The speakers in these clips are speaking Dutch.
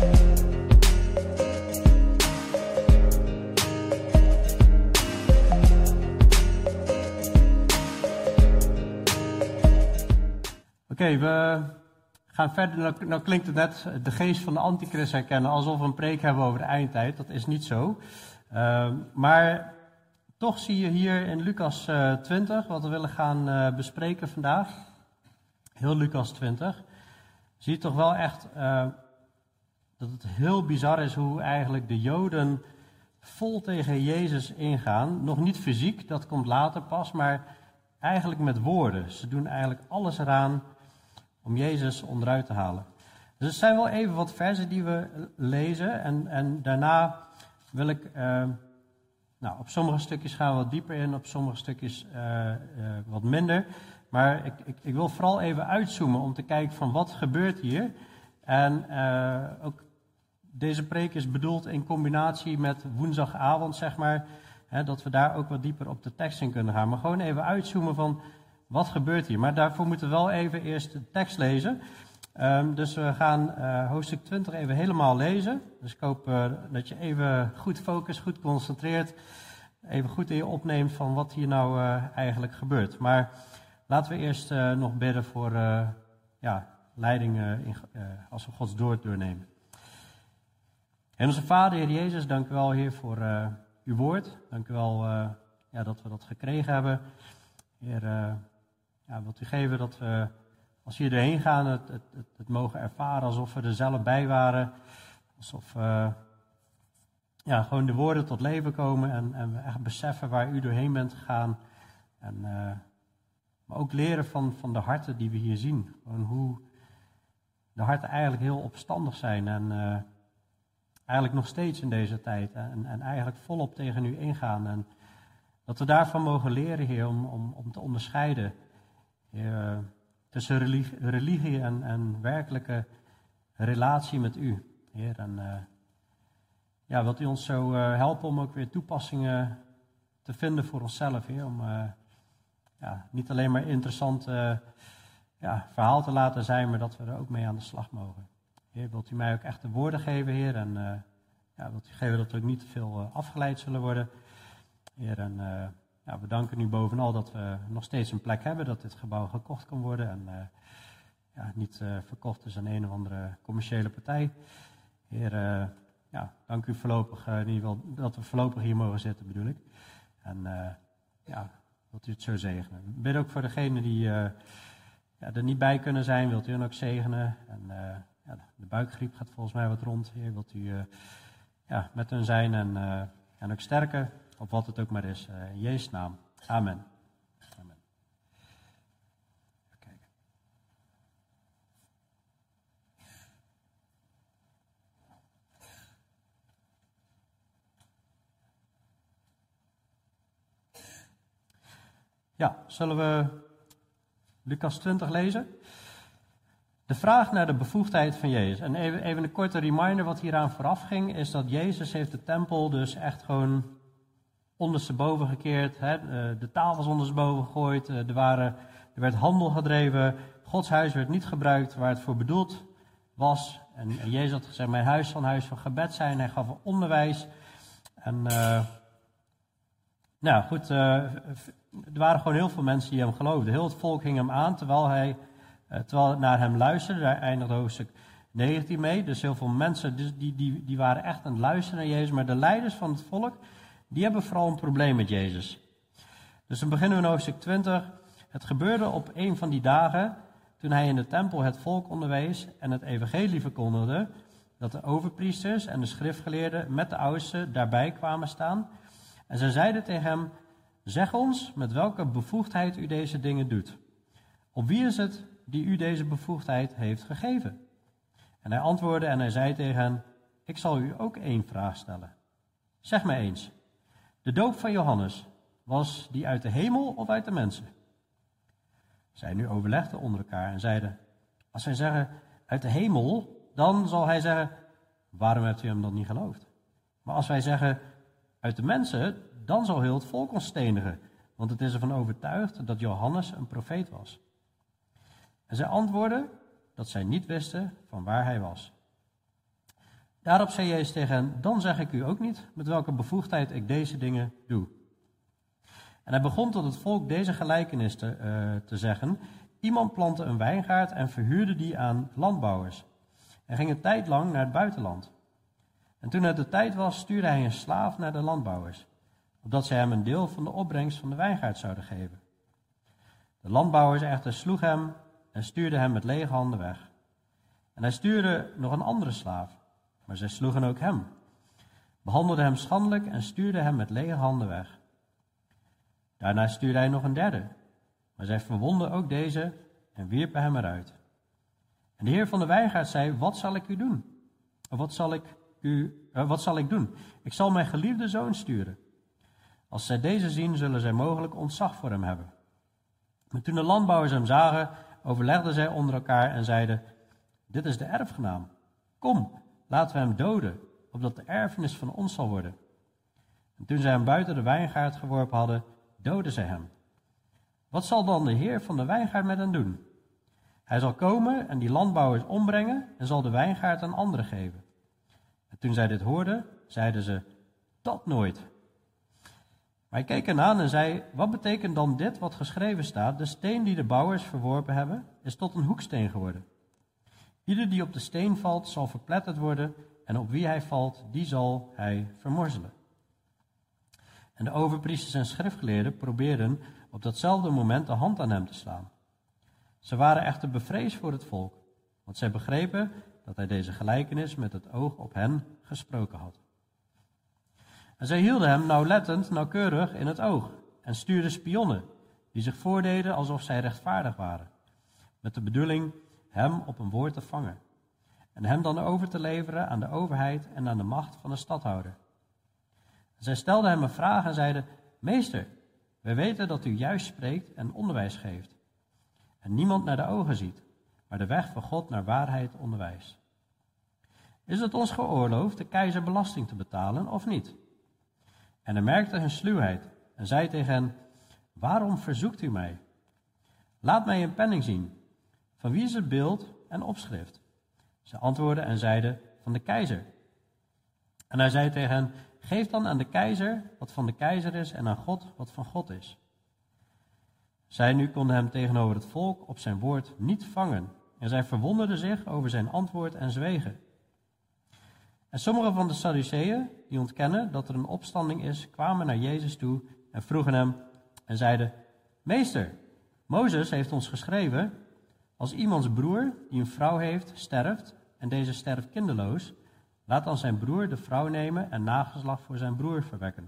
Oké, we gaan verder. Nou klinkt het net de geest van de antichrist herkennen, alsof we een preek hebben over de eindtijd. Dat is niet zo. Maar toch zie je hier in Lucas 20, wat we willen gaan bespreken vandaag, heel Lucas 20, zie je toch wel echt dat het heel bizar is hoe eigenlijk de Joden vol tegen Jezus ingaan. Nog niet fysiek, dat komt later pas, maar eigenlijk met woorden. Ze doen eigenlijk alles eraan om Jezus onderuit te halen. Dus het zijn wel even wat versen die we lezen. En daarna wil ik, op sommige stukjes gaan we wat dieper in, op sommige stukjes wat minder. Maar ik wil vooral even uitzoomen om te kijken van wat gebeurt hier. En ook deze preek is bedoeld in combinatie met woensdagavond, zeg maar. Hè, dat we daar ook wat dieper op de tekst in kunnen gaan. Maar gewoon even uitzoomen van wat gebeurt hier. Maar daarvoor moeten we wel even eerst de tekst lezen. Dus we gaan hoofdstuk 20 even helemaal lezen. Dus ik hoop dat je even goed focust, goed concentreert. Even goed in je opneemt van wat hier nou eigenlijk gebeurt. Maar laten we eerst nog bidden voor leiding als we Gods woord doornemen. En onze Vader, Heer Jezus, dank u wel, Heer, voor uw woord. Dank u wel dat we dat gekregen hebben. Heer, wilt u geven dat we, als we hier doorheen gaan, het mogen ervaren alsof we er zelf bij waren. Alsof gewoon de woorden tot leven komen en we echt beseffen waar u doorheen bent gegaan. En, maar ook leren van de harten die we hier zien. Gewoon hoe de harten eigenlijk heel opstandig zijn en eigenlijk nog steeds in deze tijd. En eigenlijk volop tegen u ingaan. En dat we daarvan mogen leren, Heer, om te onderscheiden. Heer, tussen religie en werkelijke relatie met u. Heer, en wilt u ons zo helpen om ook weer toepassingen te vinden voor onszelf, Heer. Om niet alleen maar interessant verhaal te laten zijn, maar dat we er ook mee aan de slag mogen. Heer, wilt u mij ook echt de woorden geven, Heer. En wilt u geven dat we ook niet te veel afgeleid zullen worden. Heer, en we danken u bovenal dat we nog steeds een plek hebben, dat dit gebouw gekocht kan worden. En niet verkocht is aan een of andere commerciële partij. Heer, dank u voorlopig, in ieder geval dat we voorlopig hier mogen zitten, bedoel ik. En wilt u het zo zegenen. Ik bid ook voor degenen die er niet bij kunnen zijn, wilt u hen ook zegenen. En de buikgriep gaat volgens mij wat rond. Heer, wilt u met hen zijn en ook sterken, op wat het ook maar is. In Jezus' naam. Amen. Amen. Even kijken. Zullen we Lucas 20 lezen? De vraag naar de bevoegdheid van Jezus. En even een korte reminder wat hieraan vooraf ging, is dat Jezus heeft de tempel dus echt gewoon ondersteboven gekeerd. De tafels ondersteboven gegooid. Er werd handel gedreven. Gods huis werd niet gebruikt waar het voor bedoeld was. En Jezus had gezegd, mijn huis zal een huis van gebed zijn. Hij gaf een onderwijs. En er waren gewoon heel veel mensen die hem geloofden. Heel het volk hing hem aan terwijl het naar hem luisterde. Daar eindigde hoofdstuk 19 mee. Dus heel veel mensen die waren echt aan het luisteren naar Jezus. Maar de leiders van het volk, die hebben vooral een probleem met Jezus. Dus dan beginnen we in hoofdstuk 20. Het gebeurde op een van die dagen, toen hij in de tempel het volk onderwees en het evangelie verkondigde, dat de overpriesters en de schriftgeleerden met de oudsten daarbij kwamen staan. En zij zeiden tegen hem, zeg ons met welke bevoegdheid u deze dingen doet. Op wie is het die u deze bevoegdheid heeft gegeven? En hij antwoordde en hij zei tegen hen, ik zal u ook één vraag stellen. Zeg mij eens, de doop van Johannes, was die uit de hemel of uit de mensen? Zij nu overlegden onder elkaar en zeiden, als wij zeggen uit de hemel, dan zal hij zeggen, waarom hebt u hem dan niet geloofd? Maar als wij zeggen uit de mensen, dan zal heel het volk ons stenigen, want het is ervan overtuigd dat Johannes een profeet was. En zij antwoordden dat zij niet wisten van waar hij was. Daarop zei Jezus tegen hen, dan zeg ik u ook niet met welke bevoegdheid ik deze dingen doe. En hij begon tot het volk deze gelijkenis te zeggen. Iemand plantte een wijngaard en verhuurde die aan landbouwers. En ging een tijd lang naar het buitenland. En toen het de tijd was, stuurde hij een slaaf naar de landbouwers, opdat zij hem een deel van de opbrengst van de wijngaard zouden geven. De landbouwers echter sloegen hem en stuurden hem met lege handen weg. En hij stuurde nog een andere slaaf, maar zij sloegen ook hem, behandelden hem schandelijk en stuurden hem met lege handen weg. Daarna stuurde hij nog een derde, maar zij verwonden ook deze en wierpen hem eruit. En de heer van de wijngaard zei, wat zal ik u doen? Wat zal ik doen? Ik zal mijn geliefde zoon sturen. Als zij deze zien, zullen zij mogelijk ontzag voor hem hebben. Maar toen de landbouwers hem zagen, overlegden zij onder elkaar en zeiden, dit is de erfgenaam. Kom, laten we hem doden, opdat de erfenis van ons zal worden. En toen zij hem buiten de wijngaard geworpen hadden, doodden zij hem. Wat zal dan de heer van de wijngaard met hen doen? Hij zal komen en die landbouwers ombrengen en zal de wijngaard aan anderen geven. En toen zij dit hoorden, zeiden ze, dat nooit. Maar hij keek hen aan en zei, wat betekent dan dit wat geschreven staat? De steen die de bouwers verworpen hebben, is tot een hoeksteen geworden. Ieder die op de steen valt, zal verpletterd worden en op wie hij valt, die zal hij vermorzelen. En de overpriesters en schriftgeleerden probeerden op datzelfde moment de hand aan hem te slaan. Ze waren echter bevreesd voor het volk, want zij begrepen dat hij deze gelijkenis met het oog op hen gesproken had. En zij hielden hem nauwkeurig in het oog en stuurden spionnen, die zich voordeden alsof zij rechtvaardig waren, met de bedoeling hem op een woord te vangen en hem dan over te leveren aan de overheid en aan de macht van de stadhouder. En zij stelden hem een vraag en zeiden, meester, wij weten dat u juist spreekt en onderwijs geeft en niemand naar de ogen ziet, maar de weg van God naar waarheid onderwijst. Is het ons geoorloofd de keizer belasting te betalen of niet? En hij merkte hun sluwheid en zei tegen hen, waarom verzoekt u mij? Laat mij een penning zien. Van wie is het beeld en opschrift? Ze antwoordden en zeiden, van de keizer. En hij zei tegen hen, geef dan aan de keizer wat van de keizer is en aan God wat van God is. Zij nu konden hem tegenover het volk op zijn woord niet vangen. En zij verwonderden zich over zijn antwoord en zwegen. En sommige van de Sadduceeën, die ontkennen dat er een opstanding is, kwamen naar Jezus toe en vroegen hem en zeiden, meester, Mozes heeft ons geschreven, als iemands broer die een vrouw heeft sterft en deze sterft kinderloos, laat dan zijn broer de vrouw nemen en nageslacht voor zijn broer verwekken.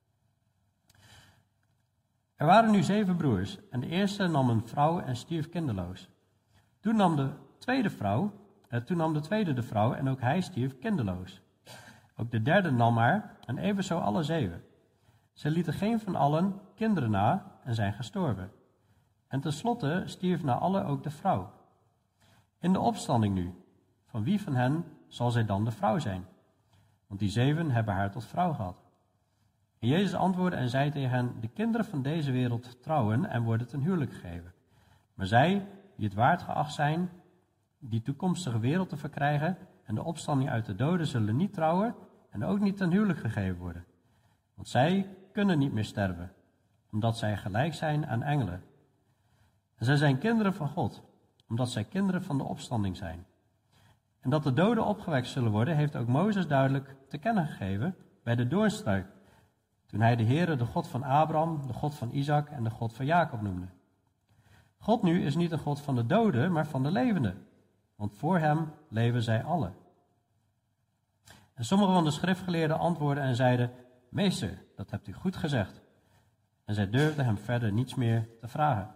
Er waren nu 7 broers en de eerste nam een vrouw en stierf kinderloos. Toen nam de tweede de vrouw en ook hij stierf kinderloos. Ook de derde nam haar en evenzo alle 7. Ze lieten geen van allen kinderen na en zijn gestorven. En tenslotte stierf na alle ook de vrouw. In de opstanding nu, van wie van hen zal zij dan de vrouw zijn? Want die 7 hebben haar tot vrouw gehad. En Jezus antwoordde en zei tegen hen, de kinderen van deze wereld trouwen en worden ten huwelijk gegeven. Maar zij, die het waard geacht zijn, die toekomstige wereld te verkrijgen en de opstanding uit de doden, zullen niet trouwen en ook niet ten huwelijk gegeven worden. Want zij kunnen niet meer sterven, omdat zij gelijk zijn aan engelen. En zij zijn kinderen van God, omdat zij kinderen van de opstanding zijn. En dat de doden opgewekt zullen worden, heeft ook Mozes duidelijk te kennen gegeven bij de doornstruik, toen hij de Heere de God van Abraham, de God van Isaac en de God van Jacob noemde. God nu is niet een God van de doden, maar van de levenden, want voor hem leven zij allen. En sommige van de schriftgeleerden antwoordden en zeiden, meester, dat hebt u goed gezegd. En zij durfden hem verder niets meer te vragen.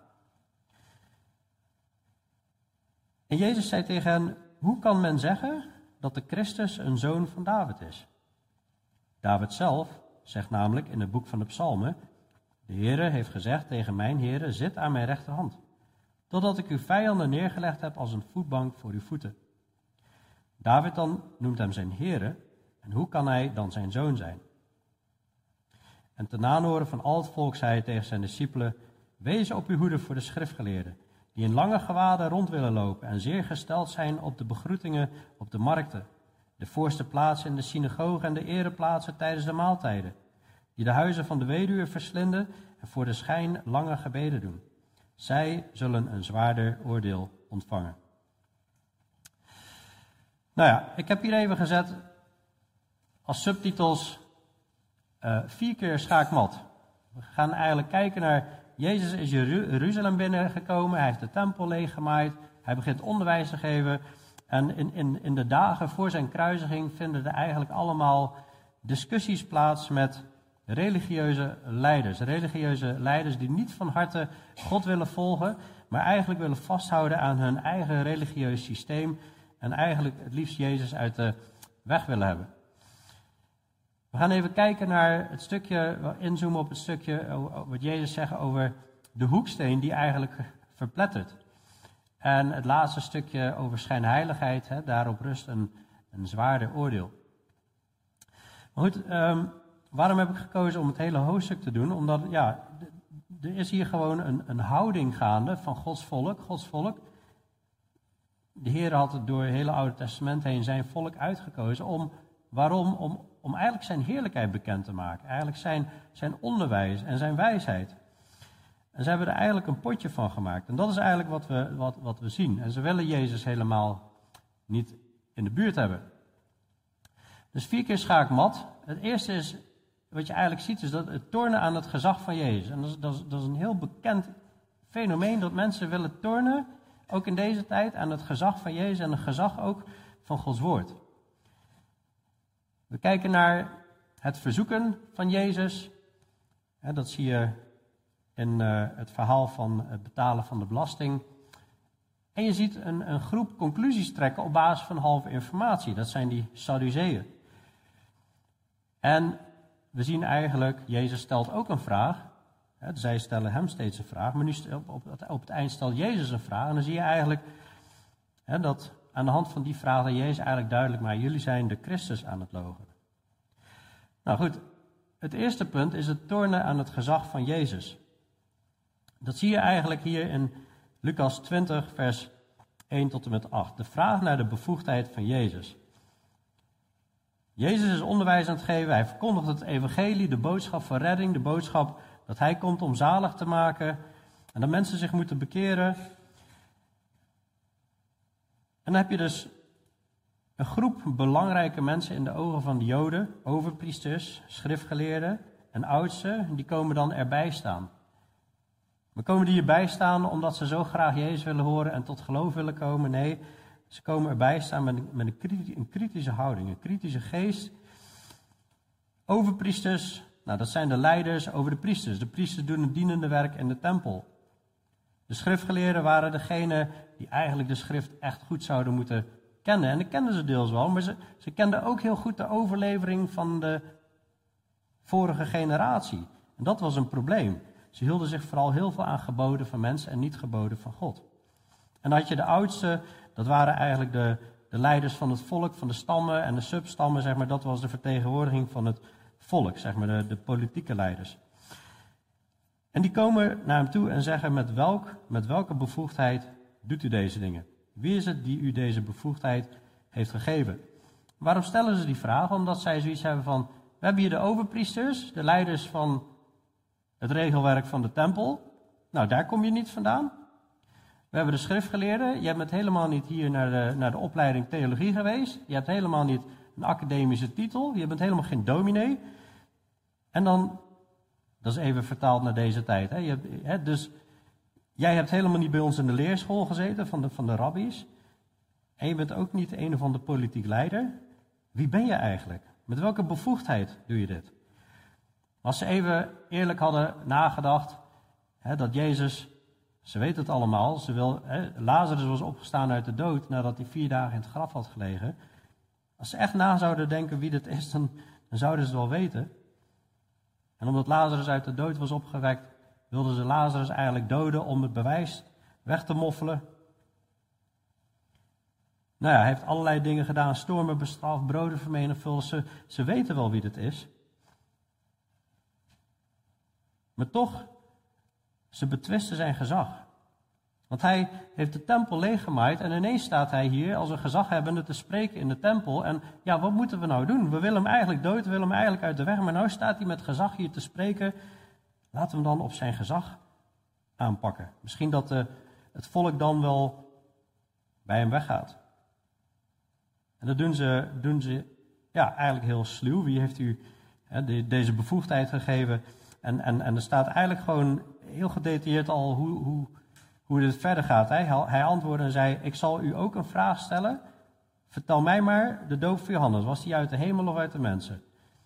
En Jezus zei tegen hen, hoe kan men zeggen dat de Christus een zoon van David is? David zelf zegt namelijk in het boek van de Psalmen, de Heere heeft gezegd tegen mijn Heere, zit aan mijn rechterhand, totdat ik uw vijanden neergelegd heb als een voetbank voor uw voeten. David dan noemt hem zijn Heere, en hoe kan hij dan zijn zoon zijn? En ten aanhoren van al het volk zei hij tegen zijn discipelen, wees op uw hoede voor de schriftgeleerden, die in lange gewaden rond willen lopen en zeer gesteld zijn op de begroetingen op de markten de voorste plaatsen in de synagoge en de ereplaatsen tijdens de maaltijden, die de huizen van de weduwe verslinden en voor de schijn lange gebeden doen. Zij zullen een zwaarder oordeel ontvangen. Nou ja, ik heb hier even gezet als subtitels 4 keer schaakmat. We gaan eigenlijk kijken naar, Jezus is Jeruzalem binnengekomen, hij heeft de tempel leeggemaaid, hij begint onderwijs te geven. En in de dagen voor zijn kruisiging vinden er eigenlijk allemaal discussies plaats met religieuze leiders die niet van harte God willen volgen, maar eigenlijk willen vasthouden aan hun eigen religieus systeem en eigenlijk het liefst Jezus uit de weg willen hebben. We gaan even kijken naar het stukje, inzoomen op het stukje wat Jezus zegt over de hoeksteen die eigenlijk verplettert. En het laatste stukje over schijnheiligheid, daarop rust een zwaarder oordeel. Maar goed, waarom heb ik gekozen om het hele hoofdstuk te doen? Omdat, ja, er is hier gewoon een houding gaande van Gods volk. De Heer had het door het hele Oude Testament heen zijn volk uitgekozen. Waarom? Om eigenlijk zijn heerlijkheid bekend te maken. Eigenlijk zijn onderwijs en zijn wijsheid. En ze hebben er eigenlijk een potje van gemaakt. En dat is eigenlijk wat we zien. En ze willen Jezus helemaal niet in de buurt hebben. Dus 4 keer schaakmat. Het eerste is, wat je eigenlijk ziet, is dat het tornen aan het gezag van Jezus. En dat is een heel bekend fenomeen, dat mensen willen tornen, ook in deze tijd, aan het gezag van Jezus en het gezag ook van Gods woord. We kijken naar het verzoeken van Jezus. Dat zie je in het verhaal van het betalen van de belasting. En je ziet een groep conclusies trekken op basis van halve informatie. Dat zijn die Sadduceeën. En we zien eigenlijk, Jezus stelt ook een vraag. Zij stellen hem steeds een vraag, maar nu op het eind stelt Jezus een vraag. En dan zie je eigenlijk dat aan de hand van die vraag dat Jezus eigenlijk duidelijk maakt, jullie zijn de Christus aan het loochenen. Nou goed, het eerste punt is het tornen aan het gezag van Jezus. Dat zie je eigenlijk hier in Lucas 20, vers 1 tot en met 8. De vraag naar de bevoegdheid van Jezus. Jezus is onderwijs aan het geven, hij verkondigt het evangelie, de boodschap van redding, de boodschap dat hij komt om zalig te maken en dat mensen zich moeten bekeren. En dan heb je dus een groep belangrijke mensen in de ogen van de Joden, overpriesters, schriftgeleerden en oudsten, die komen dan erbij staan. Maar komen die hierbij staan omdat ze zo graag Jezus willen horen en tot geloof willen komen? Nee, ze komen erbij staan met een kritische houding, een kritische geest. Overpriesters, nou dat zijn de leiders over de priesters. De priesters doen het dienende werk in de tempel. De schriftgeleerden waren degene die eigenlijk de schrift echt goed zouden moeten kennen. En dat kenden ze deels wel, maar ze kenden ook heel goed de overlevering van de vorige generatie. En dat was een probleem. Ze hielden zich vooral heel veel aan geboden van mensen en niet geboden van God. En dan had je de oudsten, dat waren eigenlijk de leiders van het volk, van de stammen en de substammen, zeg maar. Dat was de vertegenwoordiging van het volk, zeg maar, de politieke leiders. En die komen naar hem toe en zeggen, met welke bevoegdheid doet u deze dingen? Wie is het die u deze bevoegdheid heeft gegeven? Waarom stellen ze die vraag? Omdat zij zoiets hebben van, we hebben hier de overpriesters, de leiders van het regelwerk van de tempel. Nou, daar kom je niet vandaan. We hebben de schriftgeleerden. Je bent helemaal niet hier naar de opleiding theologie geweest. Je hebt helemaal niet een academische titel. Je bent helemaal geen dominee. En dan, dat is even vertaald naar deze tijd. Dus jij hebt helemaal niet bij ons in de leerschool gezeten van de rabbies. En je bent ook niet een of andere politiek leider. Wie ben je eigenlijk? Met welke bevoegdheid doe je dit? Als ze even eerlijk hadden nagedacht, dat Jezus, ze weten het allemaal, Lazarus was opgestaan uit de dood nadat hij 4 dagen in het graf had gelegen. Als ze echt na zouden denken wie dit is, dan zouden ze het wel weten. En omdat Lazarus uit de dood was opgewekt, wilden ze Lazarus eigenlijk doden om het bewijs weg te moffelen. Nou ja, hij heeft allerlei dingen gedaan, stormen bestraft, broden vermenigvuldigd. Ze weten wel wie dit is. Maar toch, ze betwisten zijn gezag. Want hij heeft de tempel leeggemaaid en ineens staat hij hier als een gezaghebbende te spreken in de tempel. En ja, wat moeten we nou doen? We willen hem eigenlijk dood, we willen hem eigenlijk uit de weg, maar nou staat hij met gezag hier te spreken. Laten we hem dan op zijn gezag aanpakken. Misschien dat het volk dan wel bij hem weggaat. En dat doen ze ja, eigenlijk heel sluw. Wie heeft u deze bevoegdheid gegeven? En er staat eigenlijk gewoon heel gedetailleerd al hoe dit verder gaat. Hij antwoordde en zei, ik zal u ook een vraag stellen. Vertel mij maar de doop van Johannes. Was die uit de hemel of uit de mensen?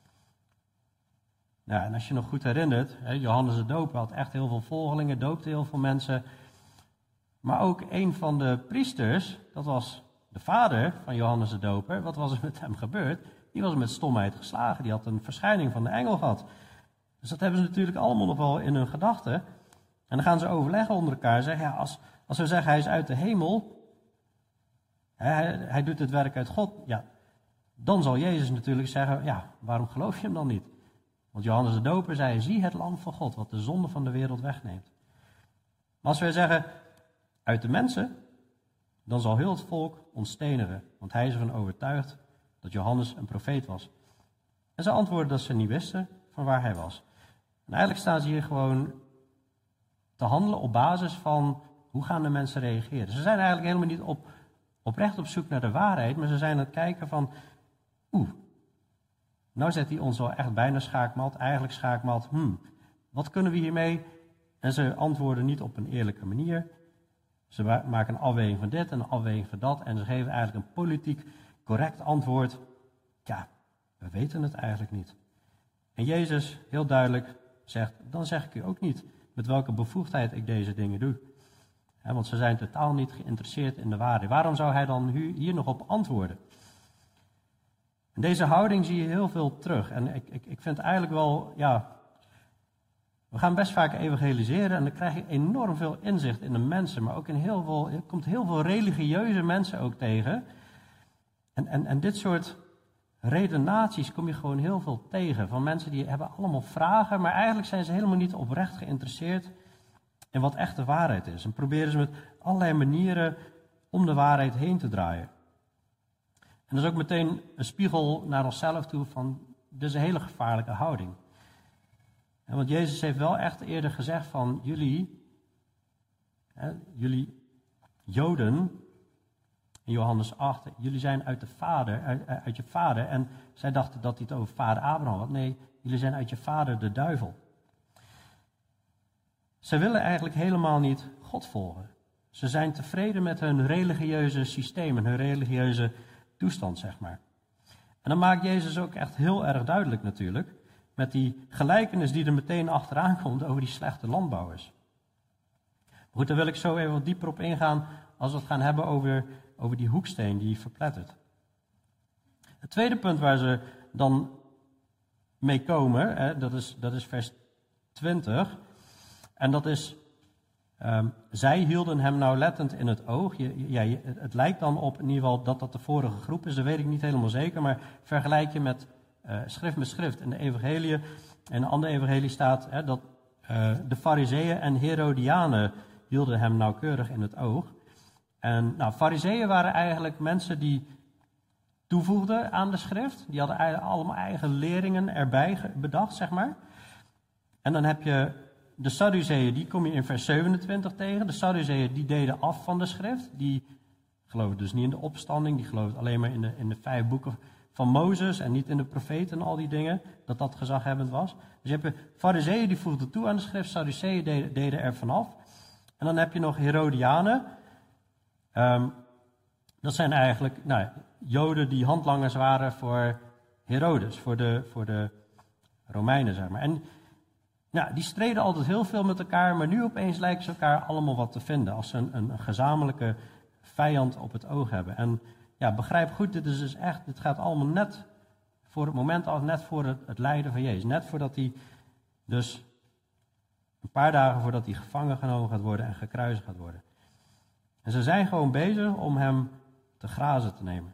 Nou, en als je nog goed herinnert, Johannes de Doper had echt heel veel volgelingen, doopte heel veel mensen. Maar ook een van de priesters, dat was de vader van Johannes de Doper. Wat was er met hem gebeurd? Die was met stomheid geslagen. Die had een verschijning van de engel gehad. Dus dat hebben ze natuurlijk allemaal nog wel in hun gedachten. En dan gaan ze overleggen onder elkaar. Zeggen, ja, als we zeggen hij is uit de hemel, hij doet het werk uit God. Ja, dan zal Jezus natuurlijk zeggen, ja, waarom geloof je hem dan niet? Want Johannes de Doper zei, zie het lam van God, wat de zonde van de wereld wegneemt. Maar als wij zeggen, uit de mensen, dan zal heel het volk ons stenigen. Want hij is ervan overtuigd dat Johannes een profeet was. En ze antwoordden dat ze niet wisten van waar hij was. En eigenlijk staan ze hier gewoon te handelen op basis van hoe gaan de mensen reageren. Ze zijn eigenlijk helemaal niet oprecht op zoek naar de waarheid, maar ze zijn aan het kijken van, nou zet hij ons wel echt bijna schaakmat, eigenlijk schaakmat. Wat kunnen we hiermee? En ze antwoorden niet op een eerlijke manier. Ze maken een afweging van dit en een afweging van dat. En ze geven eigenlijk een politiek correct antwoord. Ja, we weten het eigenlijk niet. En Jezus, heel duidelijk, zegt, dan zeg ik u ook niet met welke bevoegdheid ik deze dingen doe. Want ze zijn totaal niet geïnteresseerd in de waarheid. Waarom zou hij dan hier nog op antwoorden? En deze houding zie je heel veel terug. En ik vind eigenlijk wel, ja, we gaan best vaak evangeliseren en dan krijg je enorm veel inzicht in de mensen. Maar ook je komt heel veel religieuze mensen ook tegen. En dit soort redenaties kom je gewoon heel veel tegen. Van mensen die hebben allemaal vragen, maar eigenlijk zijn ze helemaal niet oprecht geïnteresseerd in wat echt de waarheid is. En proberen ze met allerlei manieren om de waarheid heen te draaien. En dat is ook meteen een spiegel naar onszelf toe van, dit is een hele gevaarlijke houding. En want Jezus heeft wel echt eerder gezegd van, jullie Joden, in Johannes 8, jullie zijn uit je vader. En zij dachten dat hij het over vader Abraham had. Nee, jullie zijn uit je vader de duivel. Ze willen eigenlijk helemaal niet God volgen. Ze zijn tevreden met hun religieuze systeem en hun religieuze toestand, zeg maar. En dan maakt Jezus ook echt heel erg duidelijk natuurlijk, met die gelijkenis die er meteen achteraan komt over die slechte landbouwers. Maar goed, daar wil ik zo even wat dieper op ingaan als we het gaan hebben over die hoeksteen die verplettert. Het tweede punt waar ze dan mee komen, dat is vers 20. En dat is, zij hielden hem nauwlettend in het oog. Het lijkt dan op in ieder geval dat de vorige groep is, dat weet ik niet helemaal zeker. Maar vergelijk je met schrift met schrift. In de evangeliën, in een andere evangelie staat dat de Farizeeën en Herodianen hielden hem nauwkeurig in het oog. En nou, Farizeeën waren eigenlijk mensen die toevoegden aan de schrift. Die hadden eigenlijk allemaal eigen leringen erbij bedacht, zeg maar. En dan heb je de Sadduceeën, die kom je in vers 27 tegen. De Sadduceeën die deden af van de schrift. Die geloofden dus niet in de opstanding. Die geloofden alleen maar in de 5 boeken van Mozes en niet in de profeten en al die dingen. Dat gezaghebbend was. Dus je hebt Farizeeën die voegden toe aan de schrift. Sadduceeën deden er vanaf. En dan heb je nog Herodianen. Dat zijn eigenlijk Joden die handlangers waren voor Herodes, voor de Romeinen, zeg maar. En die streden altijd heel veel met elkaar, maar nu opeens lijken ze elkaar allemaal wat te vinden, als ze een gezamenlijke vijand op het oog hebben. En begrijp goed, dit gaat allemaal net voor het moment af, net voor het lijden van Jezus. Net voordat hij, dus een paar dagen voordat hij gevangen genomen gaat worden en gekruisigd gaat worden. En ze zijn gewoon bezig om hem te grazen te nemen.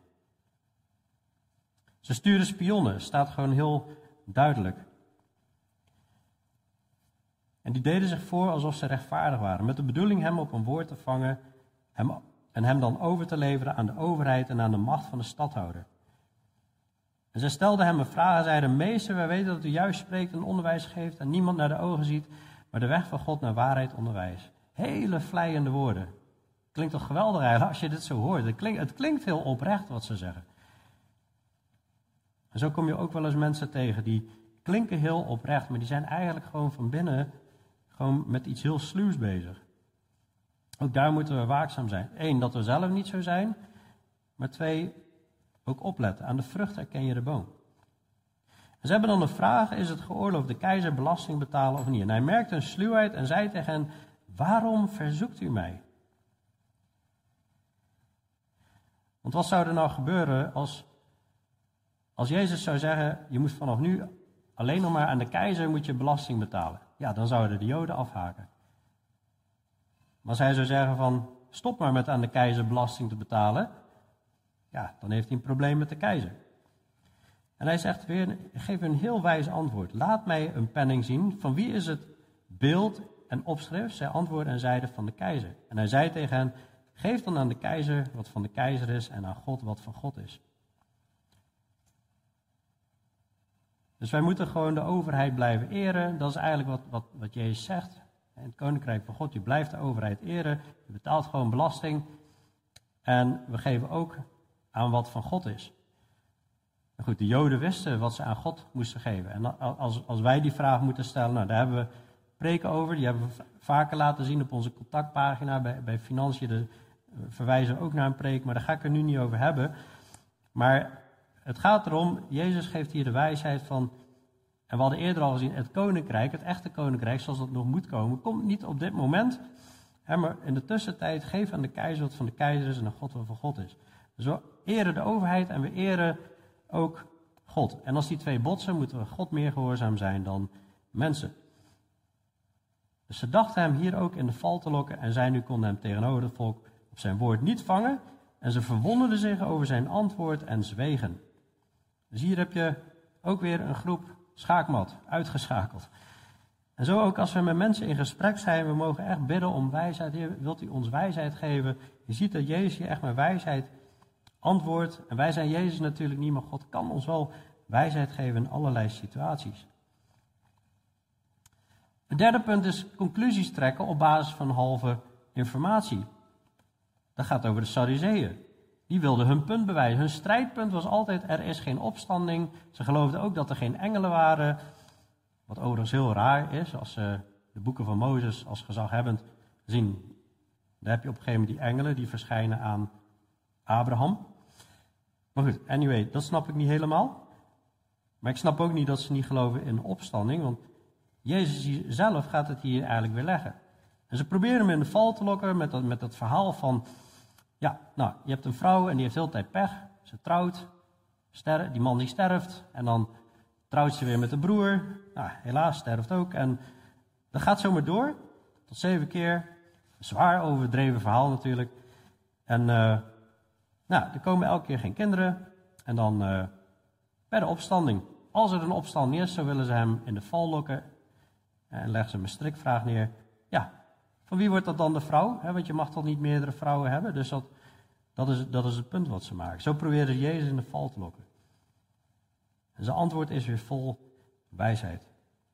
Ze sturen spionnen, staat gewoon heel duidelijk. En die deden zich voor alsof ze rechtvaardig waren, met de bedoeling hem op een woord te vangen en hem dan over te leveren aan de overheid en aan de macht van de stadhouder. En zij stelden hem een vraag en zeiden: Meester, wij weten dat u juist spreekt en onderwijs geeft en niemand naar de ogen ziet, maar de weg van God naar waarheid onderwijst. Hele vleiende woorden. Klinkt toch geweldig eigenlijk als je dit zo hoort. Het klinkt heel oprecht wat ze zeggen. En zo kom je ook wel eens mensen tegen die klinken heel oprecht, maar die zijn eigenlijk gewoon van binnen gewoon met iets heel sluws bezig. Ook daar moeten we waakzaam zijn. 1, dat we zelf niet zo zijn. Maar 2, ook opletten. Aan de vrucht herken je de boom. En ze hebben dan een vraag: is het geoorloofd de keizer belasting betalen of niet? En hij merkte hun sluwheid en zei tegen hen: waarom verzoekt u mij? Want wat zou er nou gebeuren als Jezus zou zeggen: je moet vanaf nu alleen nog maar aan de keizer moet je belasting betalen? Ja, dan zouden de Joden afhaken. Maar als hij zou zeggen van: stop maar met aan de keizer belasting te betalen, ja, dan heeft hij een probleem met de keizer. En hij zegt weer, geef een heel wijs antwoord. Laat mij een penning zien. Van wie is het beeld en opschrift? Zij antwoordden en zeiden: van de keizer. En hij zei tegen hen: geef dan aan de keizer wat van de keizer is en aan God wat van God is. Dus wij moeten gewoon de overheid blijven eren. Dat is eigenlijk wat Jezus zegt. In het koninkrijk van God, je blijft de overheid eren. Je betaalt gewoon belasting. En we geven ook aan wat van God is. Maar goed, de Joden wisten wat ze aan God moesten geven. En als wij die vraag moeten stellen, nou, daar hebben we preken over. Die hebben we vaker laten zien op onze contactpagina. Bij Financiën verwijzen we ook naar een preek, maar daar ga ik er nu niet over hebben. Maar het gaat erom, Jezus geeft hier de wijsheid van, en we hadden eerder al gezien, het koninkrijk, het echte koninkrijk, zoals dat nog moet komen, komt niet op dit moment. Maar in de tussentijd, geef aan de keizer wat van de keizer is en aan God wat van God is. Dus we eren de overheid en we eren ook God. En als die twee botsen, moeten we God meer gehoorzaam zijn dan mensen. Dus ze dachten hem hier ook in de val te lokken en zij nu konden hem tegenover het volk op zijn woord niet vangen. En ze verwonderden zich over zijn antwoord en zwegen. Dus hier heb je ook weer een groep schaakmat, uitgeschakeld. En zo ook als we met mensen in gesprek zijn, we mogen echt bidden om wijsheid. Heer, wilt u ons wijsheid geven? Je ziet dat Jezus hier echt met wijsheid antwoordt. En wij zijn Jezus natuurlijk niet, maar God kan ons wel wijsheid geven in allerlei situaties. Het derde punt is conclusies trekken op basis van halve informatie. Dat gaat over de Sadduceeën. Die wilden hun punt bewijzen. Hun strijdpunt was altijd: er is geen opstanding. Ze geloofden ook dat er geen engelen waren. Wat overigens heel raar is, als ze de boeken van Mozes als gezaghebbend zien. Dan heb je op een gegeven moment die engelen die verschijnen aan Abraham. Maar goed, anyway, dat snap ik niet helemaal. Maar ik snap ook niet dat ze niet geloven in opstanding. Want Jezus zelf gaat het hier eigenlijk weer leggen. En ze proberen hem in de val te lokken met dat verhaal van: ja, nou, je hebt een vrouw en die heeft de hele tijd pech. Ze trouwt, die man die sterft en dan trouwt ze weer met de broer. Nou, helaas, sterft ook. En dat gaat zomaar door, tot 7 keer. Een zwaar overdreven verhaal natuurlijk. En er komen elke keer geen kinderen. En dan bij de opstanding. Als er een opstanding is, zo willen ze hem in de val lokken. En leggen ze hem een strikvraag neer. Ja, van wie wordt dat dan de vrouw? Want je mag toch niet meerdere vrouwen hebben? Dus dat is het punt wat ze maken. Zo proberen ze Jezus in de val te lokken. En zijn antwoord is weer vol wijsheid.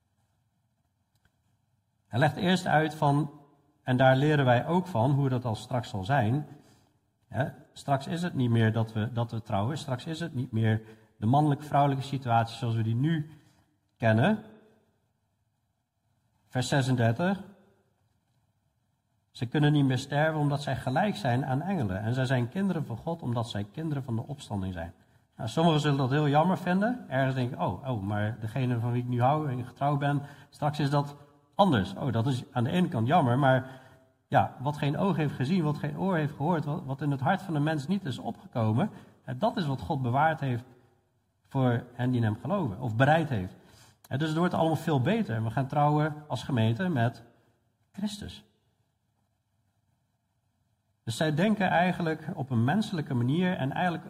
Hij legt eerst uit van, en daar leren wij ook van, hoe dat al straks zal zijn. Straks is het niet meer dat we trouwen. Straks is het niet meer de mannelijk-vrouwelijke situatie zoals we die nu kennen. Vers 36. Ze kunnen niet meer sterven omdat zij gelijk zijn aan engelen. En zij zijn kinderen van God omdat zij kinderen van de opstanding zijn. Nou, sommigen zullen dat heel jammer vinden. Ergens denken, maar degene van wie ik nu hou en getrouwd ben, straks is dat anders. Dat is aan de ene kant jammer, maar ja, wat geen oog heeft gezien, wat geen oor heeft gehoord, wat in het hart van de mens niet is opgekomen, dat is wat God bewaard heeft voor hen die in hem geloven, of bereid heeft. Dus het wordt allemaal veel beter. We gaan trouwen als gemeente met Christus. Dus zij denken eigenlijk op een menselijke manier en eigenlijk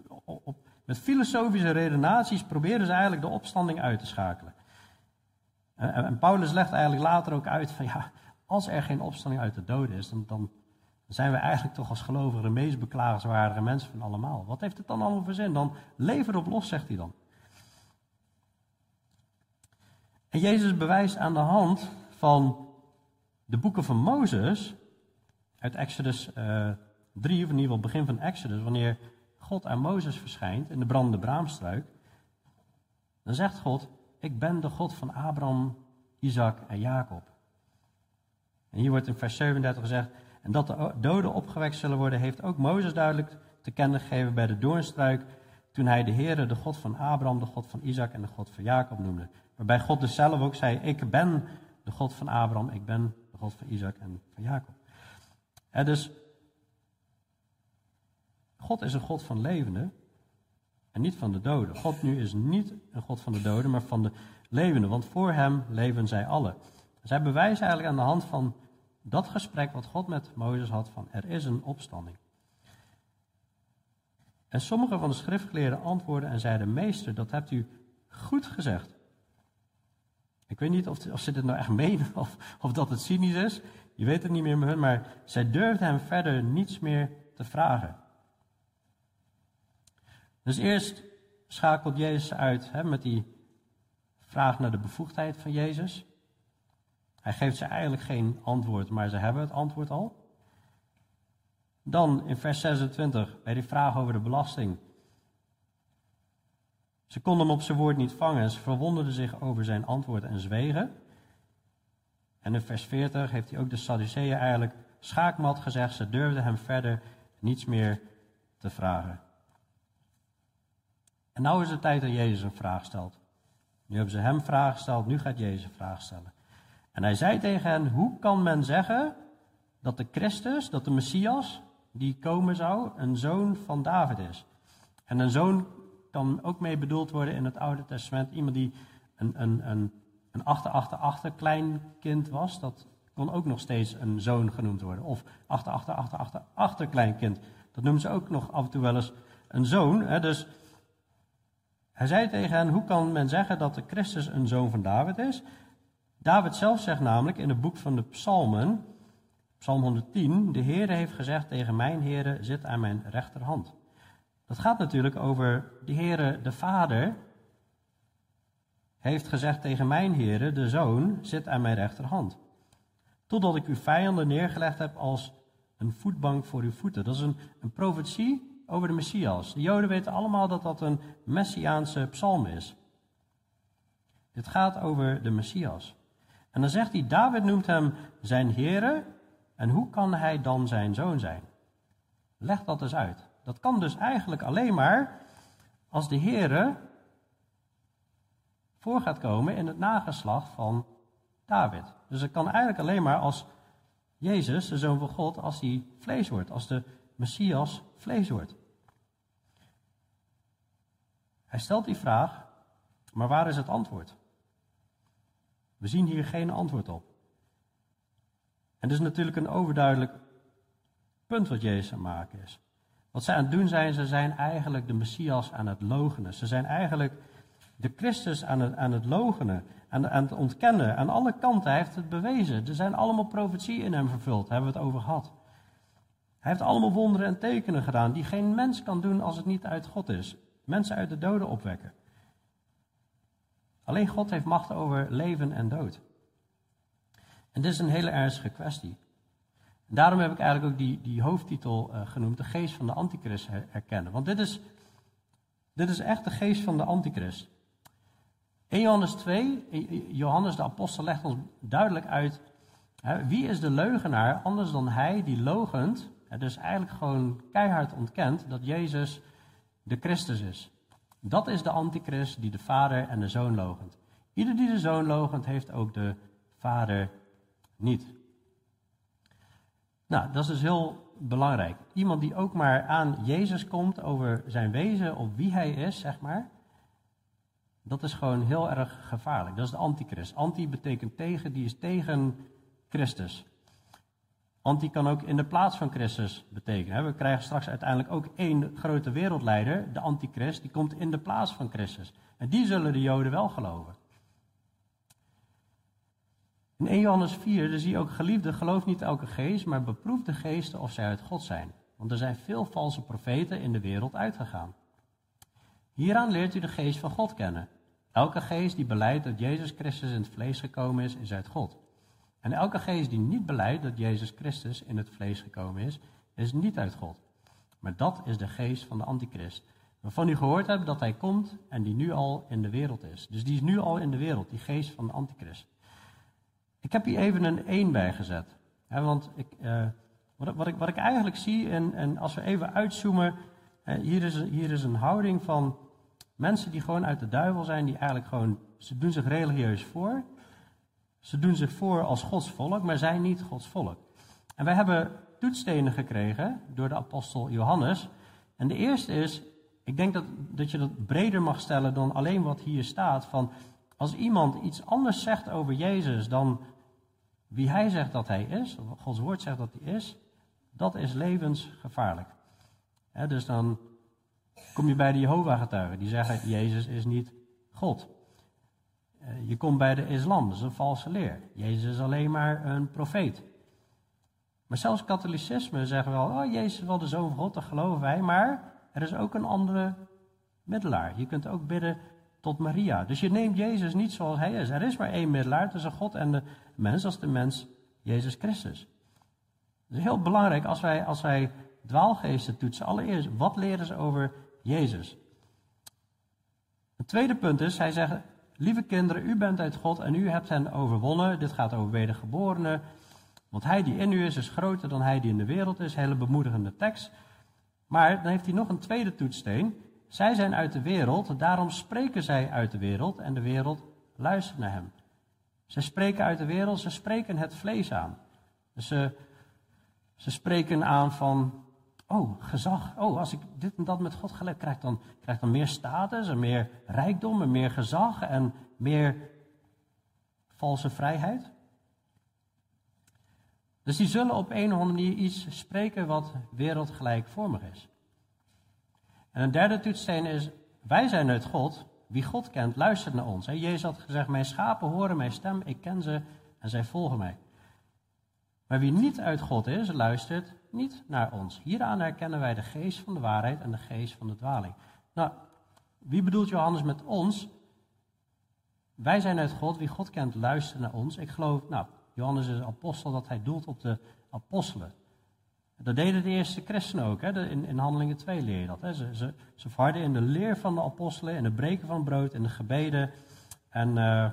met filosofische redenaties proberen ze eigenlijk de opstanding uit te schakelen. En Paulus legt eigenlijk later ook uit van ja, als er geen opstanding uit de doden is, dan zijn we eigenlijk toch als gelovigen de meest beklagenswaardige mensen van allemaal. Wat heeft het dan allemaal voor zin? Dan lever op los, zegt hij dan. En Jezus bewijst aan de hand van de boeken van Mozes, uit Exodus 3, of in ieder geval begin van Exodus, wanneer God aan Mozes verschijnt in de brandende braamstruik, dan zegt God, ik ben de God van Abraham, Isaac en Jacob. En hier wordt in vers 37 gezegd, en dat de doden opgewekt zullen worden, heeft ook Mozes duidelijk te kennen gegeven bij de doornstruik, toen hij de Heere, de God van Abraham, de God van Isaac en de God van Jacob noemde. Waarbij God dus zelf ook zei, ik ben de God van Abraham, ik ben de God van Isaac en van Jacob. En dus, God is een God van levenden en niet van de doden. God nu is niet een God van de doden, maar van de levenden, want voor hem leven zij allen. Zij bewijzen eigenlijk aan de hand van dat gesprek wat God met Mozes had van er is een opstanding. En sommige van de schriftgeleerden antwoordden en zeiden, meester, dat hebt u goed gezegd. Ik weet niet of ze dit nou echt menen of dat het cynisch is. Je weet het niet meer met hun, maar zij durfden hem verder niets meer te vragen. Dus eerst schakelt Jezus uit met die vraag naar de bevoegdheid van Jezus. Hij geeft ze eigenlijk geen antwoord, maar ze hebben het antwoord al. Dan in vers 26, bij die vraag over de belasting. Ze konden hem op zijn woord niet vangen en ze verwonderden zich over zijn antwoord en zwegen. En in vers 40 heeft hij ook de Sadduceeën eigenlijk schaakmat gezegd. Ze durfden hem verder niets meer te vragen. En nou is het tijd dat Jezus een vraag stelt. Nu hebben ze hem vragen gesteld, nu gaat Jezus een vraag stellen. En hij zei tegen hen, hoe kan men zeggen dat de Christus, dat de Messias, die komen zou, een zoon van David is? En een zoon kan ook mee bedoeld worden in het Oude Testament. Iemand die een kleinkind was, dat kon ook nog steeds een zoon genoemd worden. Of achterkleinkind. Dat noemen ze ook nog af en toe wel eens een zoon. Hè? Dus hij zei tegen hen, hoe kan men zeggen dat de Christus een zoon van David is? David zelf zegt namelijk in het boek van de Psalmen, Psalm 110, de Heere heeft gezegd tegen mijn Heere, zit aan mijn rechterhand. Dat gaat natuurlijk over de Heere, de Vader, heeft gezegd tegen mijn Heere, de Zoon, zit aan mijn rechterhand. Totdat ik uw vijanden neergelegd heb als een voetbank voor uw voeten. Dat is een profetie over de Messias. De Joden weten allemaal dat dat een Messiaanse psalm is. Dit gaat over de Messias. En dan zegt hij, David noemt hem zijn Heere. En hoe kan hij dan zijn zoon zijn? Leg dat eens uit. Dat kan dus eigenlijk alleen maar als de Heere voor gaat komen in het nageslacht van David. Dus het kan eigenlijk alleen maar als Jezus, de Zoon van God, als hij vlees wordt. Als de Messias vlees wordt. Hij stelt die vraag, maar waar is het antwoord? We zien hier geen antwoord op. En dat is natuurlijk een overduidelijk punt wat Jezus aan het maken is. Wat zij aan het doen zijn, ze zijn eigenlijk de Messias aan het loochenen. Ze zijn eigenlijk de Christus aan het loochenen, aan het ontkennen. Aan alle kanten, hij heeft het bewezen. Er zijn allemaal profetieën in hem vervuld, daar hebben we het over gehad. Hij heeft allemaal wonderen en tekenen gedaan die geen mens kan doen als het niet uit God is. Mensen uit de doden opwekken. Alleen God heeft macht over leven en dood. En dit is een hele ernstige kwestie. En daarom heb ik eigenlijk ook die hoofdtitel genoemd, de geest van de antichrist herkennen. Want dit is echt de geest van de antichrist. 1 Johannes 2, Johannes de apostel legt ons duidelijk uit, wie is de leugenaar anders dan hij die loochent, dus eigenlijk gewoon keihard ontkent dat Jezus de Christus is. Dat is de antichrist die de vader en de zoon loochent. Ieder die de zoon loochent heeft ook de vader niet. Nou, dat is dus heel belangrijk. Iemand die ook maar aan Jezus komt over zijn wezen of wie hij is, zeg maar. Dat is gewoon heel erg gevaarlijk. Dat is de antichrist. Anti betekent tegen, die is tegen Christus. Anti kan ook in de plaats van Christus betekenen. We krijgen straks uiteindelijk ook één grote wereldleider, de antichrist, die komt in de plaats van Christus. En die zullen de Joden wel geloven. In 1 Johannes 4 dan zie je ook: geliefde, geloof niet elke geest, maar beproef de geesten of zij uit God zijn. Want er zijn veel valse profeten in de wereld uitgegaan. Hieraan leert u de geest van God kennen. Elke geest die belijdt dat Jezus Christus in het vlees gekomen is, is uit God. En elke geest die niet belijdt dat Jezus Christus in het vlees gekomen is niet uit God. Maar dat is de geest van de antichrist, waarvan u gehoord hebt dat hij komt en die nu al in de wereld is. Dus die is nu al in de wereld, die geest van de antichrist. Ik heb hier even een 1 bij gezet. Want wat ik eigenlijk zie, en als we even uitzoomen, hier is een houding van mensen die gewoon uit de duivel zijn, die eigenlijk gewoon, ze doen zich religieus voor. Ze doen zich voor als Gods volk, maar zijn niet Gods volk. En wij hebben toetsstenen gekregen door de apostel Johannes. En de eerste is, ik denk dat je dat breder mag stellen dan alleen wat hier staat. Van als iemand iets anders zegt over Jezus dan wie hij zegt dat hij is, of Gods woord zegt dat hij is, dat is levensgevaarlijk. Dus dan kom je bij de Jehovah-getuigen, die zeggen Jezus is niet God. Je komt bij de islam, dat is een valse leer. Jezus is alleen maar een profeet. Maar zelfs katholicisme zeggen wel, oh Jezus is wel de Zoon van God, dat geloven wij, maar er is ook een andere middelaar. Je kunt ook bidden tot Maria. Dus je neemt Jezus niet zoals hij is. Er is maar 1 middelaar tussen God en de mens, dat is de mens Jezus Christus. Het is heel belangrijk als wij dwaalgeesten toetsen. Allereerst, wat leren ze over Jezus? Het tweede punt is, hij zegt, lieve kinderen, u bent uit God en u hebt hen overwonnen. Dit gaat over wedergeborenen. Want hij die in u is groter dan hij die in de wereld is. Hele bemoedigende tekst. Maar dan heeft hij nog een tweede toetssteen. Zij zijn uit de wereld, daarom spreken zij uit de wereld en de wereld luistert naar hem. Ze spreken uit de wereld, ze spreken het vlees aan. Dus ze spreken aan van, oh, gezag. Oh, als ik dit en dat met God gelijk krijg dan meer status en meer rijkdom en meer gezag en meer valse vrijheid. Dus die zullen op een of andere manier iets spreken wat wereldgelijkvormig is. En een derde toetssteen is, wij zijn uit God. Wie God kent, luistert naar ons. Jezus had gezegd, mijn schapen horen mijn stem, ik ken ze en zij volgen mij. Maar wie niet uit God is, luistert niet naar ons. Hieraan herkennen wij de geest van de waarheid en de geest van de dwaling. Nou, wie bedoelt Johannes met ons? Wij zijn uit God, wie God kent, luistert naar ons. Ik geloof, Johannes is een apostel, dat hij doelt op de apostelen. Dat deden de eerste christenen ook. In Handelingen 2 leer je dat. Ze verharden in de leer van de apostelen, in het breken van brood, in de gebeden. En,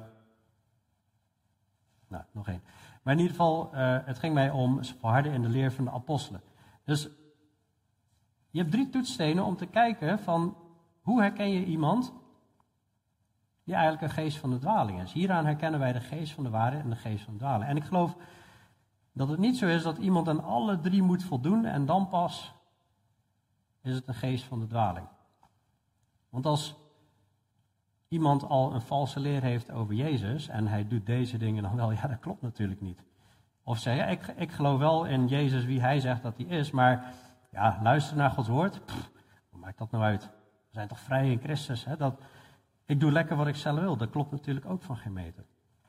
nog één. Maar in ieder geval, het ging mij om, ze verharden in de leer van de apostelen. Dus je hebt 3 toetsstenen om te kijken van, hoe herken je iemand die eigenlijk een geest van de dwaling is. Hieraan herkennen wij de geest van de waarheid en de geest van de dwaling. En ik geloof dat het niet zo is dat iemand aan alle 3 moet voldoen en dan pas is het een geest van de dwaling. Want als iemand al een valse leer heeft over Jezus en hij doet deze dingen dan wel, ja, dat klopt natuurlijk niet. Of zeg, ja, ik geloof wel in Jezus wie hij zegt dat hij is, maar ja, luister naar Gods woord, wat maakt dat nou uit? We zijn toch vrij in Christus, ik doe lekker wat ik zelf wil, dat klopt natuurlijk ook van geen meter.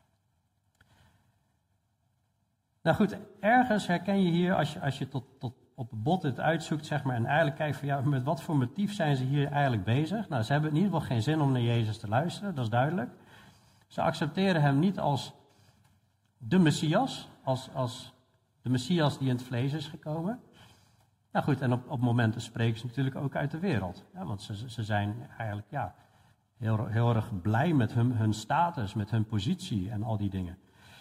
Nou goed, ergens herken je hier, als je tot op het bot het uitzoekt, zeg maar, en eigenlijk kijkt van, ja, met wat voor motief zijn ze hier eigenlijk bezig? Nou, ze hebben in ieder geval geen zin om naar Jezus te luisteren, dat is duidelijk. Ze accepteren hem niet als de Messias, als de Messias die in het vlees is gekomen. Nou goed, en op momenten spreken ze natuurlijk ook uit de wereld. Ja, want ze zijn eigenlijk, ja, heel erg blij met hun status, met hun positie en al die dingen.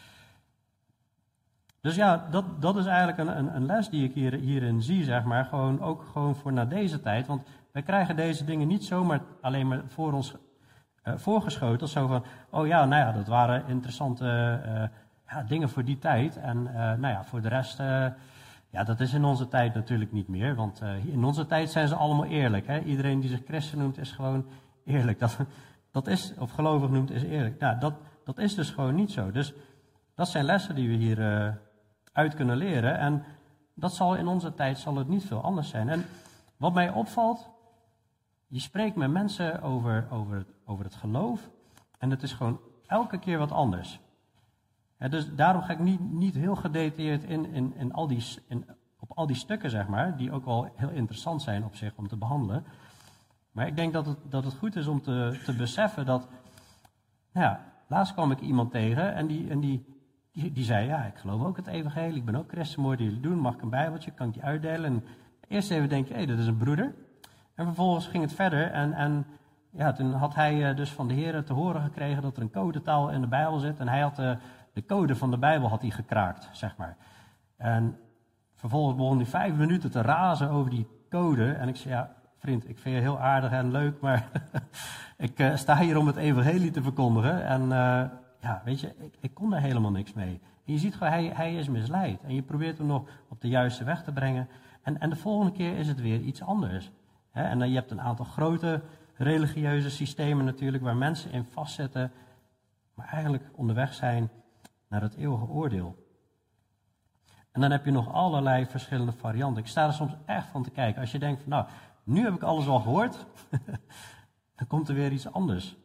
Dus ja, dat is eigenlijk een les die ik hierin zie, zeg maar. Gewoon voor na deze tijd. Want wij krijgen deze dingen niet zomaar alleen maar voor ons voorgeschoteld. Zo van, oh ja, nou ja, dat waren interessante dingen voor die tijd. En voor de rest, ja, dat is in onze tijd natuurlijk niet meer. Want in onze tijd zijn ze allemaal eerlijk. Hè? Iedereen die zich christen noemt is gewoon eerlijk. Dat is, of gelovig noemt, is eerlijk. Nou, dat is dus gewoon niet zo. Dus dat zijn lessen die we hier uit kunnen leren. En dat zal in onze tijd zal het niet veel anders zijn. En wat mij opvalt, je spreekt met mensen over het geloof. En het is gewoon elke keer wat anders. Dus daarom ga ik niet heel gedetailleerd op al die stukken, zeg maar, die ook wel heel interessant zijn op zich om te behandelen. Maar ik denk dat het goed is om te beseffen dat, nou ja, laatst kwam ik iemand tegen en die zei, ja, ik geloof ook het evangelie, ik ben ook christen, mooi dat jullie doen, mag ik een bijbeltje, kan ik die uitdelen? En eerst even denk je, hé, dat is een broeder. En vervolgens ging het verder en ja, toen had hij dus van de Heer te horen gekregen dat er een codetaal in de Bijbel zit. En hij had de code van de Bijbel had hij gekraakt, zeg maar. En vervolgens begon hij 5 minuten te razen over die code. En ik zei, ja, vriend, ik vind je heel aardig en leuk, maar ik sta hier om het evangelie te verkondigen. En ja, weet je, ik kon daar helemaal niks mee. En je ziet gewoon, hij is misleid. En je probeert hem nog op de juiste weg te brengen. En de volgende keer is het weer iets anders. En dan, je hebt een aantal grote religieuze systemen natuurlijk, waar mensen in vastzitten, maar eigenlijk onderweg zijn naar het eeuwige oordeel. En dan heb je nog allerlei verschillende varianten. Ik sta er soms echt van te kijken. Als je denkt van, nou, nu heb ik alles al gehoord, dan komt er weer iets anders.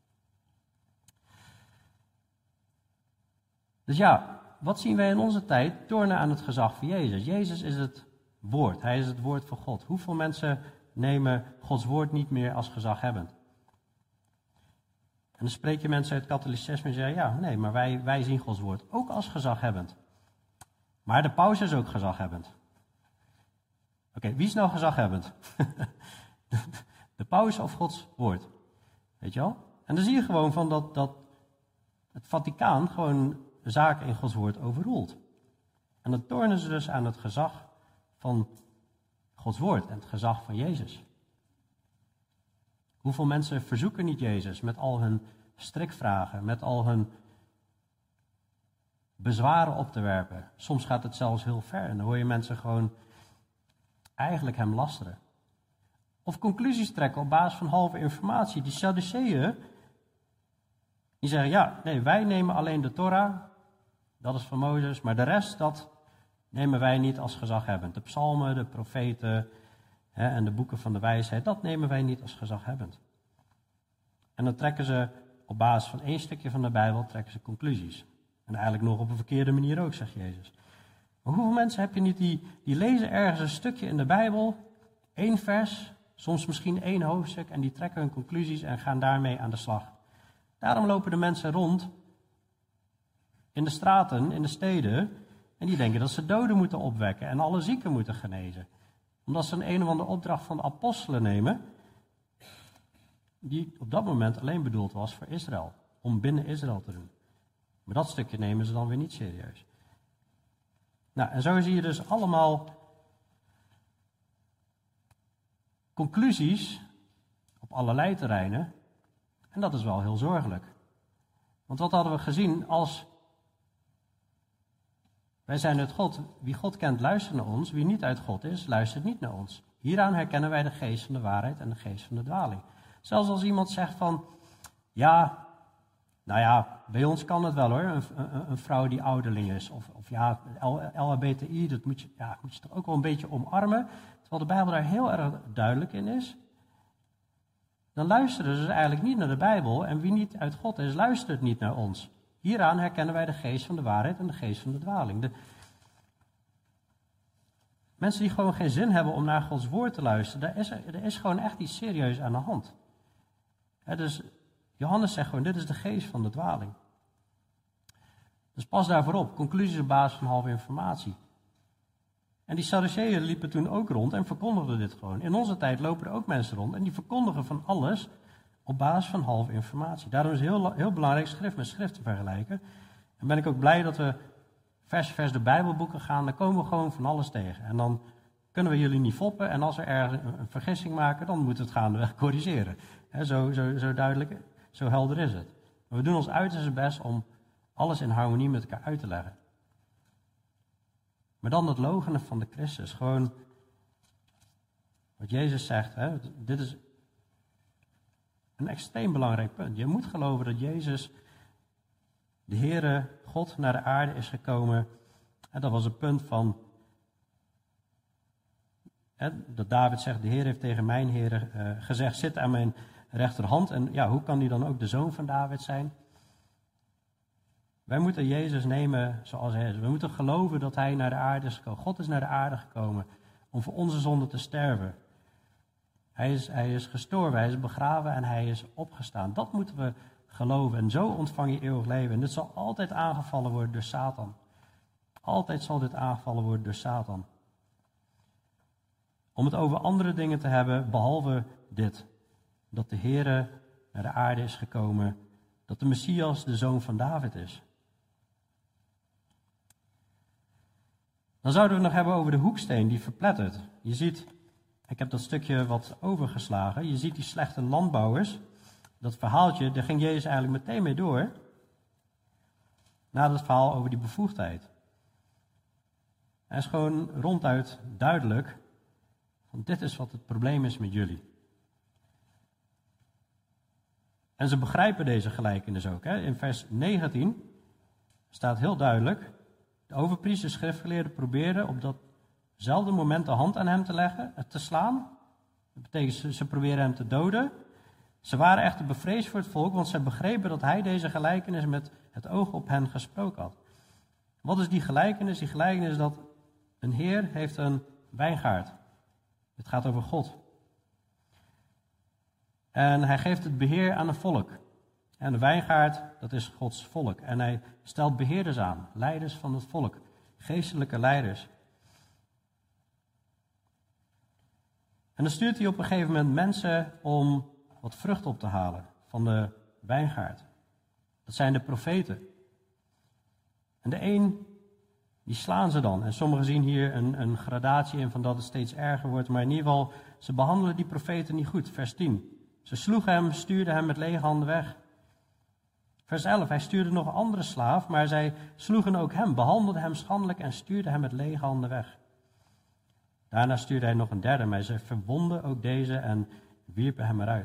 Dus ja, wat zien wij in onze tijd? Tornen aan het gezag van Jezus. Jezus is het woord. Hij is het woord van God. Hoeveel mensen nemen Gods woord niet meer als gezaghebbend? En dan spreek je mensen uit het katholicisme en zeggen, ja, nee, maar wij zien Gods woord ook als gezaghebbend. Maar de paus is ook gezaghebbend. Oké, wie is nou gezaghebbend? De paus of Gods woord? Weet je wel? En dan zie je gewoon van dat het Vaticaan gewoon de zaken in Gods woord overroelt. En dan tornen ze dus aan het gezag van Gods woord en het gezag van Jezus. Hoeveel mensen verzoeken niet Jezus met al hun strikvragen, met al hun bezwaren op te werpen. Soms gaat het zelfs heel ver en dan hoor je mensen gewoon eigenlijk hem lasteren. Of conclusies trekken op basis van halve informatie. Die Sadduceeën, die zeggen, ja, nee, wij nemen alleen de Torah, dat is van Mozes, maar de rest, dat nemen wij niet als gezaghebbend. De psalmen, de profeten en de boeken van de wijsheid, dat nemen wij niet als gezaghebbend. En dan trekken ze op basis van 1 stukje van de Bijbel, trekken ze conclusies. En eigenlijk nog op een verkeerde manier ook, zegt Jezus. Maar hoeveel mensen heb je niet die lezen ergens een stukje in de Bijbel, 1 vers, soms misschien 1 hoofdstuk, en die trekken hun conclusies en gaan daarmee aan de slag. Daarom lopen de mensen rond in de straten, in de steden, en die denken dat ze doden moeten opwekken en alle zieken moeten genezen. Omdat ze een of andere opdracht van de apostelen nemen, die op dat moment alleen bedoeld was voor Israël, om binnen Israël te doen. Maar dat stukje nemen ze dan weer niet serieus. Nou, en zo zie je dus allemaal conclusies op allerlei terreinen. En dat is wel heel zorgelijk. Want wat hadden we gezien als wij zijn uit God, wie God kent luistert naar ons, wie niet uit God is, luistert niet naar ons. Hieraan herkennen wij de geest van de waarheid en de geest van de dwaling. Zelfs als iemand zegt van, ja, nou ja, bij ons kan het wel hoor, een vrouw die ouderling is. Of ja, LHBTI, dat moet je toch ook wel een beetje omarmen. Terwijl de Bijbel daar heel erg duidelijk in is. Dan luisteren ze eigenlijk niet naar de Bijbel. En wie niet uit God is, luistert niet naar ons. Hieraan herkennen wij de geest van de waarheid en de geest van de dwaling. De mensen die gewoon geen zin hebben om naar Gods woord te luisteren, er is gewoon echt iets serieus aan de hand. Dus Johannes zegt gewoon, dit is de geest van de dwaling. Dus pas daarvoor op, conclusies op basis van halve informatie. En die Sadduceeën liepen toen ook rond en verkondigden dit gewoon. In onze tijd lopen er ook mensen rond en die verkondigen van alles op basis van halve informatie. Daarom is het heel belangrijk schrift met schrift te vergelijken. En ben ik ook blij dat we vers de Bijbelboeken gaan, dan komen we gewoon van alles tegen. En dan kunnen we jullie niet foppen en als we ergens een vergissing maken, dan moeten we het gaandeweg corrigeren. Zo duidelijk, zo helder is het. Maar we doen ons uiterste best om alles in harmonie met elkaar uit te leggen. Maar dan het loochenen van de Christus. Gewoon wat Jezus zegt. Dit is een extreem belangrijk punt. Je moet geloven dat Jezus, de Heere, God, naar de aarde is gekomen. En dat was een punt van, dat David zegt, de Heer heeft tegen mijn Heere gezegd, zit aan mijn rechterhand. En ja, hoe kan hij dan ook de zoon van David zijn? Wij moeten Jezus nemen zoals hij is. We moeten geloven dat hij naar de aarde is gekomen. God is naar de aarde gekomen om voor onze zonde te sterven. Hij is gestorven, hij is begraven en hij is opgestaan. Dat moeten we geloven. En zo ontvang je eeuwig leven. En dit zal altijd aangevallen worden door Satan. Altijd zal dit aangevallen worden door Satan. Om het over andere dingen te hebben, behalve dit. Dat de Heere naar de aarde is gekomen. Dat de Messias de zoon van David is. Dan zouden we het nog hebben over de hoeksteen die verplettert. Je ziet, ik heb dat stukje wat overgeslagen. Je ziet die slechte landbouwers. Dat verhaaltje, daar ging Jezus eigenlijk meteen mee door. Na het verhaal over die bevoegdheid. Hij is gewoon ronduit duidelijk. Want dit is wat het probleem is met jullie. En ze begrijpen deze gelijkenis ook. Hè? In vers 19 staat heel duidelijk. De overpriesters schriftgeleerden probeerden op datzelfde moment de hand aan hem te leggen, te slaan. Dat betekent ze proberen hem te doden. Ze waren echter bevreesd voor het volk, want ze begrepen dat hij deze gelijkenis met het oog op hen gesproken had. Wat is die gelijkenis? Die gelijkenis is dat een heer heeft een wijngaard. Het gaat over God. En hij geeft het beheer aan een volk. En de wijngaard, dat is Gods volk. En hij stelt beheerders aan, leiders van het volk, geestelijke leiders. En dan stuurt hij op een gegeven moment mensen om wat vrucht op te halen van de wijngaard. Dat zijn de profeten. En de een, die slaan ze dan. En sommigen zien hier een gradatie in van dat het steeds erger wordt. Maar in ieder geval, ze behandelen die profeten niet goed. Vers 10. Ze sloegen hem, stuurden hem met lege handen weg. Vers 11. Hij stuurde nog een andere slaaf, maar zij sloegen ook hem, behandelden hem schandelijk en stuurden hem met lege handen weg. Daarna stuurde hij nog een derde, maar zij verwonden ook deze en wierpen hem eruit.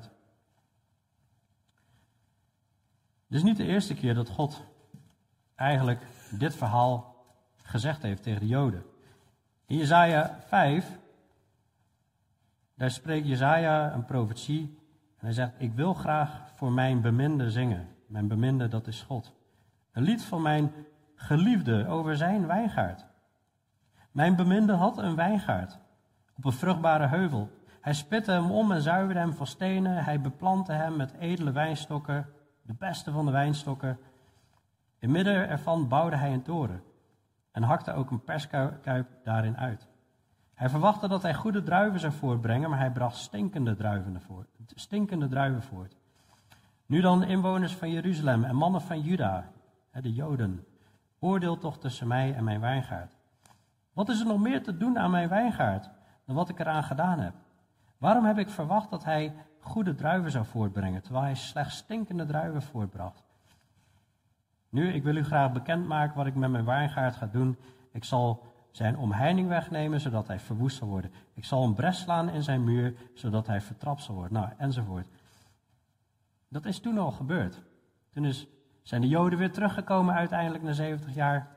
Het is niet de eerste keer dat God eigenlijk dit verhaal gezegd heeft tegen de Joden. In Jesaja 5, daar spreekt Jesaja een profetie en hij zegt, ik wil graag voor mijn beminde zingen. Mijn beminde, dat is God. Een lied van mijn geliefde over zijn wijngaard. Mijn beminde had een wijngaard op een vruchtbare heuvel. Hij spitte hem om en zuiverde hem van stenen. Hij beplantte hem met edele wijnstokken, de beste van de wijnstokken. In midden ervan bouwde hij een toren en hakte ook een perskuip daarin uit. Hij verwachtte dat hij goede druiven zou voortbrengen, maar hij bracht stinkende druiven voort. Nu dan, inwoners van Jeruzalem en mannen van Juda, de Joden, oordeel toch tussen mij en mijn wijngaard. Wat is er nog meer te doen aan mijn wijngaard dan wat ik eraan gedaan heb? Waarom heb ik verwacht dat hij goede druiven zou voortbrengen, terwijl hij slechts stinkende druiven voortbracht? Nu, ik wil u graag bekendmaken wat ik met mijn wijngaard ga doen. Ik zal zijn omheining wegnemen, zodat hij verwoest zal worden. Ik zal een bres slaan in zijn muur, zodat hij vertrapt zal worden. Nou, enzovoort. Dat is toen al gebeurd. Toen zijn de Joden weer teruggekomen uiteindelijk na 70 jaar.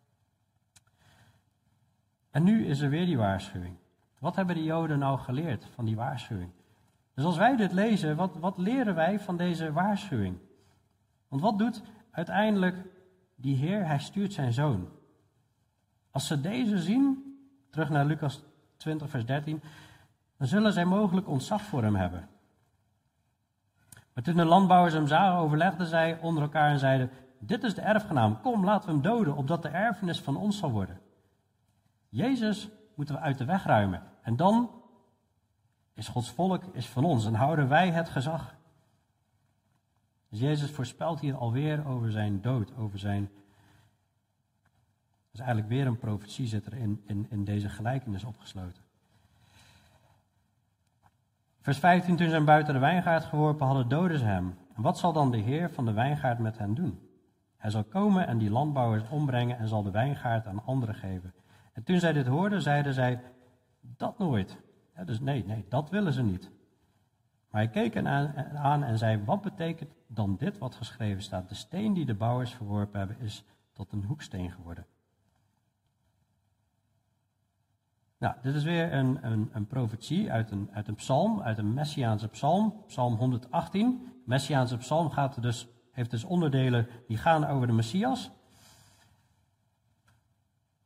En nu is er weer die waarschuwing. Wat hebben de Joden nou geleerd van die waarschuwing? Dus als wij dit lezen, wat leren wij van deze waarschuwing? Want wat doet uiteindelijk die Heer? Hij stuurt zijn zoon. Als ze deze zien, terug naar Lucas 20 vers 13, dan zullen zij mogelijk ontzag voor hem hebben. Maar toen de landbouwers hem zagen, overlegden zij onder elkaar en zeiden, dit is de erfgenaam, kom laten we hem doden, opdat de erfenis van ons zal worden. Jezus moeten we uit de weg ruimen. En dan is Gods volk van ons en houden wij het gezag. Dus Jezus voorspelt hier alweer over zijn dood, over zijn... Dus eigenlijk weer een profetie zit er in deze gelijkenis opgesloten. Vers 15, toen ze hem buiten de wijngaard geworpen hadden, doden ze hem. En wat zal dan de Heer van de wijngaard met hen doen? Hij zal komen en die landbouwers ombrengen en zal de wijngaard aan anderen geven. En toen zij dit hoorden, zeiden zij, dat nooit. Ja, dus nee, dat willen ze niet. Maar hij keek hen aan en zei, wat betekent dan dit wat geschreven staat? De steen die de bouwers verworpen hebben is tot een hoeksteen geworden. Nou, dit is weer een profetie uit een psalm, uit een Messiaanse psalm, psalm 118. Messiaanse psalm heeft dus onderdelen die gaan over de Messias.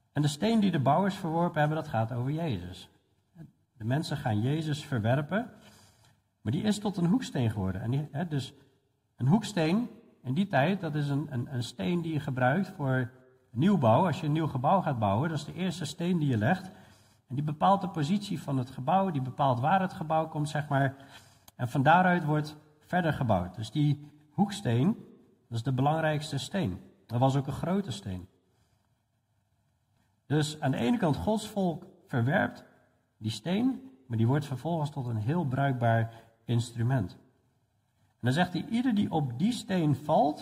En de steen die de bouwers verworpen hebben, dat gaat over Jezus. De mensen gaan Jezus verwerpen, maar die is tot een hoeksteen geworden. Dus een hoeksteen in die tijd, dat is een steen die je gebruikt voor nieuwbouw. Als je een nieuw gebouw gaat bouwen, dat is de eerste steen die je legt. En die bepaalt de positie van het gebouw, die bepaalt waar het gebouw komt, zeg maar. En van daaruit wordt verder gebouwd. Dus die hoeksteen, dat is de belangrijkste steen. Dat was ook een grote steen. Dus aan de ene kant, Gods volk verwerpt die steen, maar die wordt vervolgens tot een heel bruikbaar instrument. En dan zegt hij, ieder die op die steen valt,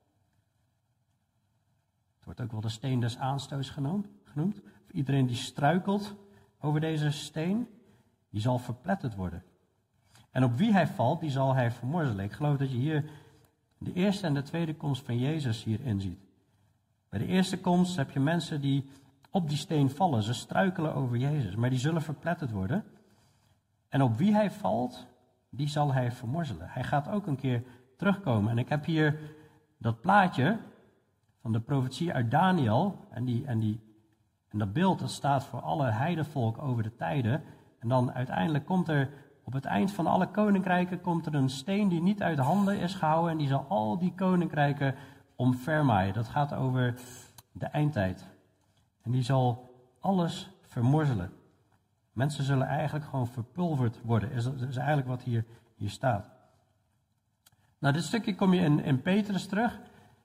het wordt ook wel de steen des aanstoots genoemd, of iedereen die struikelt over deze steen, die zal verpletterd worden. En op wie hij valt, die zal hij vermorzelen. Ik geloof dat je hier de eerste en de tweede komst van Jezus hierin ziet. Bij de eerste komst heb je mensen die op die steen vallen. Ze struikelen over Jezus, maar die zullen verpletterd worden. En op wie hij valt, die zal hij vermorzelen. Hij gaat ook een keer terugkomen. En ik heb hier dat plaatje van de profetie uit Daniel. En dat beeld, dat staat voor alle heidenvolk over de tijden. En dan uiteindelijk komt er, op het eind van alle koninkrijken, komt er een steen die niet uit handen is gehouden. En die zal al die koninkrijken omvermaaien. Dat gaat over de eindtijd. En die zal alles vermorzelen. Mensen zullen eigenlijk gewoon verpulverd worden. Dat is eigenlijk wat hier staat. Nou, dit stukje kom je in Petrus terug.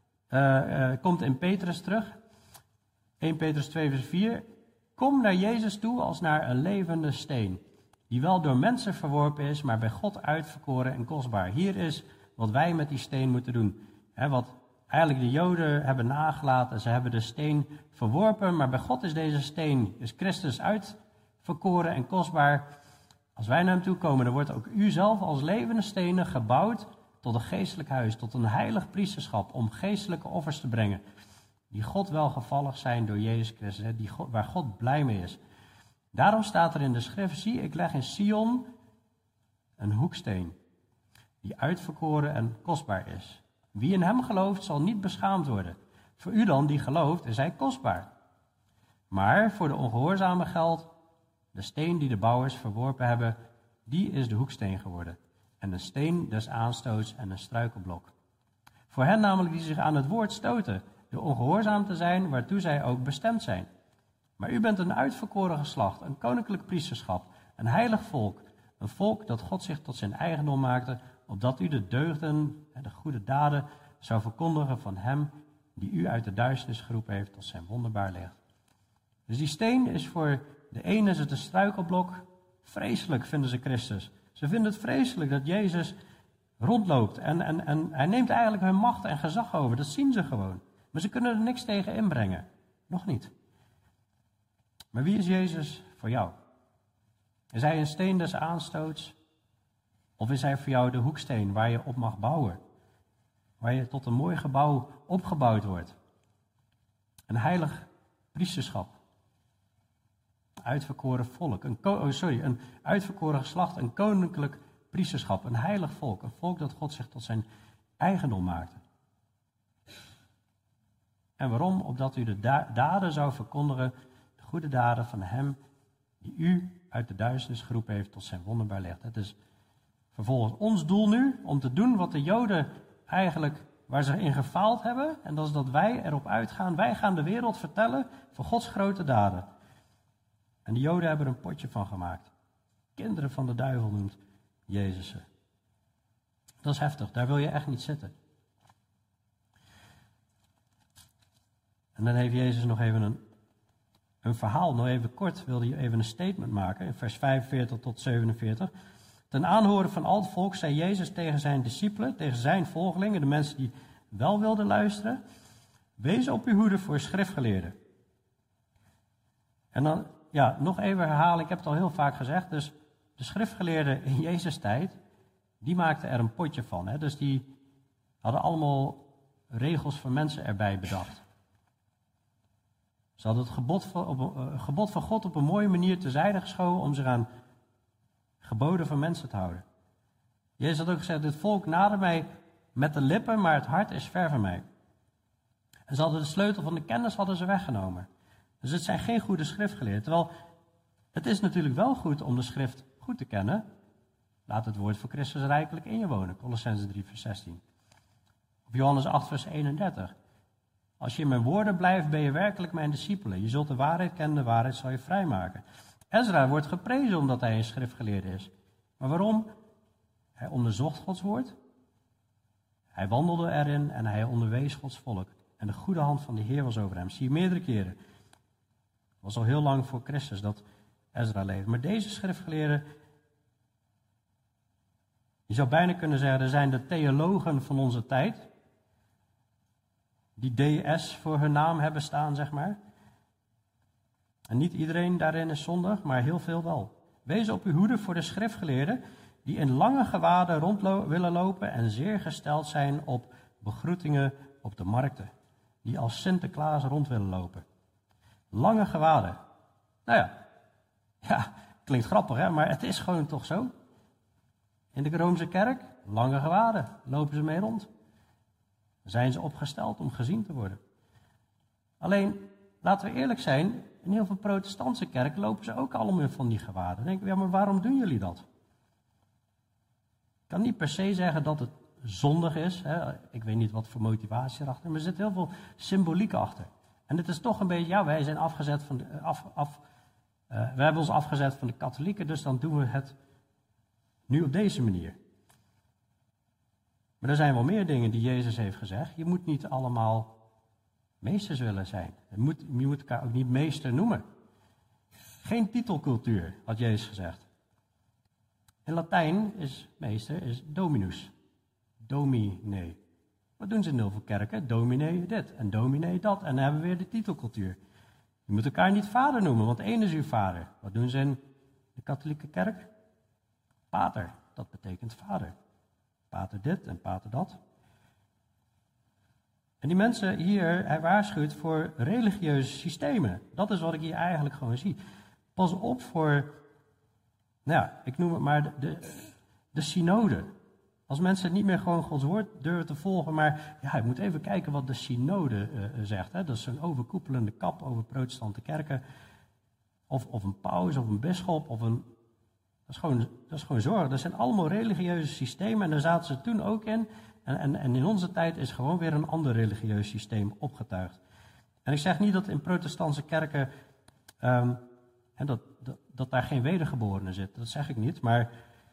Komt in Petrus terug. 1 Petrus 2 vers 4. Kom naar Jezus toe als naar een levende steen. Die wel door mensen verworpen is, maar bij God uitverkoren en kostbaar. Hier is wat wij met die steen moeten doen. Wat eigenlijk de Joden hebben nagelaten. Ze hebben de steen verworpen, maar bij God is deze steen, is Christus uitverkoren en kostbaar. Als wij naar hem toe komen, dan wordt ook u zelf als levende stenen gebouwd tot een geestelijk huis, tot een heilig priesterschap, om geestelijke offers te brengen. Die God welgevallig zijn door Jezus Christus, waar God blij mee is. Daarom staat er in de schrift, zie, ik leg in Sion een hoeksteen, die uitverkoren en kostbaar is. Wie in hem gelooft, zal niet beschaamd worden. Voor u dan, die gelooft, is hij kostbaar. Maar voor de ongehoorzamen geldt, de steen die de bouwers verworpen hebben, die is de hoeksteen geworden. En een steen des aanstoots en een struikelblok. Voor hen namelijk die zich aan het woord stoten, de ongehoorzaam te zijn, waartoe zij ook bestemd zijn. Maar u bent een uitverkoren geslacht, een koninklijk priesterschap, een heilig volk. Een volk dat God zich tot zijn eigendom maakte, opdat u de deugden en de goede daden zou verkondigen van hem die u uit de duisternis geroepen heeft tot zijn wonderbaar licht. Dus die steen is voor de ene is het een struikelblok. Vreselijk vinden ze Christus. Ze vinden het vreselijk dat Jezus rondloopt en hij neemt eigenlijk hun macht en gezag over. Dat zien ze gewoon. Maar ze kunnen er niks tegen inbrengen. Nog niet. Maar wie is Jezus voor jou? Is hij een steen des aanstoots? Of is hij voor jou de hoeksteen waar je op mag bouwen? Waar je tot een mooi gebouw opgebouwd wordt? Een heilig priesterschap. Uitverkoren volk. Een uitverkoren geslacht. Een koninklijk priesterschap. Een heilig volk. Een volk dat God zich tot zijn eigendom maakte. En waarom? Opdat u de daden zou verkondigen. De goede daden van hem die u uit de duisternis geroepen heeft tot zijn wonderbaar licht. Het is vervolgens ons doel nu om te doen wat de Joden eigenlijk, waar ze in gefaald hebben. En dat is dat wij erop uitgaan. Wij gaan de wereld vertellen van Gods grote daden. En de Joden hebben er een potje van gemaakt. Kinderen van de duivel noemt Jezus ze. Dat is heftig, daar wil je echt niet zitten. En dan heeft Jezus nog even een verhaal, nog even kort, wilde hij even een statement maken. In vers 45 tot 47. Ten aanhoren van al het volk zei Jezus tegen zijn discipelen, tegen zijn volgelingen, de mensen die wel wilden luisteren. Wees op uw hoede voor schriftgeleerden. En dan, nog even herhalen, ik heb het al heel vaak gezegd. Dus de schriftgeleerden in Jezus' tijd, die maakten er een potje van. Hè? Dus die hadden allemaal regels voor mensen erbij bedacht. Ze hadden het gebod van God op een mooie manier terzijde geschoven om zich aan geboden van mensen te houden. Jezus had ook gezegd, dit volk nadert mij met de lippen, maar het hart is ver van mij. En ze hadden de sleutel van de kennis hadden ze weggenomen. Dus het zijn geen goede schriftgeleerden. Terwijl het is natuurlijk wel goed om de schrift goed te kennen. Laat het woord voor Christus rijkelijk in je wonen. Kolossenzen 3 vers 16. Of Johannes 8 vers 31. Als je in mijn woorden blijft, ben je werkelijk mijn discipelen. Je zult de waarheid kennen, de waarheid zal je vrijmaken. Ezra wordt geprezen omdat hij een schriftgeleerde is. Maar waarom? Hij onderzocht Gods woord. Hij wandelde erin en hij onderwees Gods volk. En de goede hand van de Heer was over hem. Zie je meerdere keren. Het was al heel lang voor Christus dat Ezra leefde. Maar deze schriftgeleerden, je zou bijna kunnen zeggen, er zijn de theologen van onze tijd. Die DS voor hun naam hebben staan, zeg maar. En niet iedereen daarin is zondig, maar heel veel wel. Wees op uw hoede voor de schriftgeleerden die in lange gewaden rond willen lopen en zeer gesteld zijn op begroetingen op de markten. Die als Sinterklaas rond willen lopen. Lange gewaden. Nou ja, klinkt grappig hè, maar het is gewoon toch zo. In de Roomse kerk, lange gewaden, lopen ze mee rond. Zijn ze opgesteld om gezien te worden. Alleen, laten we eerlijk zijn, in heel veel protestantse kerken lopen ze ook allemaal van die gewaden. Dan denk ik, ja, maar waarom doen jullie dat? Ik kan niet per se zeggen dat het zondig is. Hè. Ik weet niet wat voor motivatie erachter, maar er zit heel veel symboliek achter. En het is toch een beetje, ja, wij zijn afgezet van we hebben ons afgezet van de katholieken, dus dan doen we het nu op deze manier. Maar er zijn wel meer dingen die Jezus heeft gezegd. Je moet niet allemaal meesters willen zijn. Je moet elkaar ook niet meester noemen. Geen titelcultuur, had Jezus gezegd. In Latijn is meester is dominus. Domine. Wat doen ze in heel veel kerken? Dominee dit en dominee dat. En dan hebben we weer de titelcultuur. Je moet elkaar niet vader noemen, want één is uw vader. Wat doen ze in de katholieke kerk? Pater, dat betekent vader. Pater dit en pater dat. En die mensen hier, hij waarschuwt voor religieuze systemen. Dat is wat ik hier eigenlijk gewoon zie. Pas op voor, nou ja, ik noem het maar de synode. Als mensen niet meer gewoon Gods woord durven te volgen, maar ja, je moet even kijken wat de synode zegt. Hè. Dat is een overkoepelende kap over protestante kerken. Of een paus, of een bisschop, of een... Dat is gewoon zorg. Dat zijn allemaal religieuze systemen en daar zaten ze toen ook in. En in onze tijd is gewoon weer een ander religieus systeem opgetuigd. En ik zeg niet dat in protestantse kerken, dat daar geen wedergeborene zit. Dat zeg ik niet, maar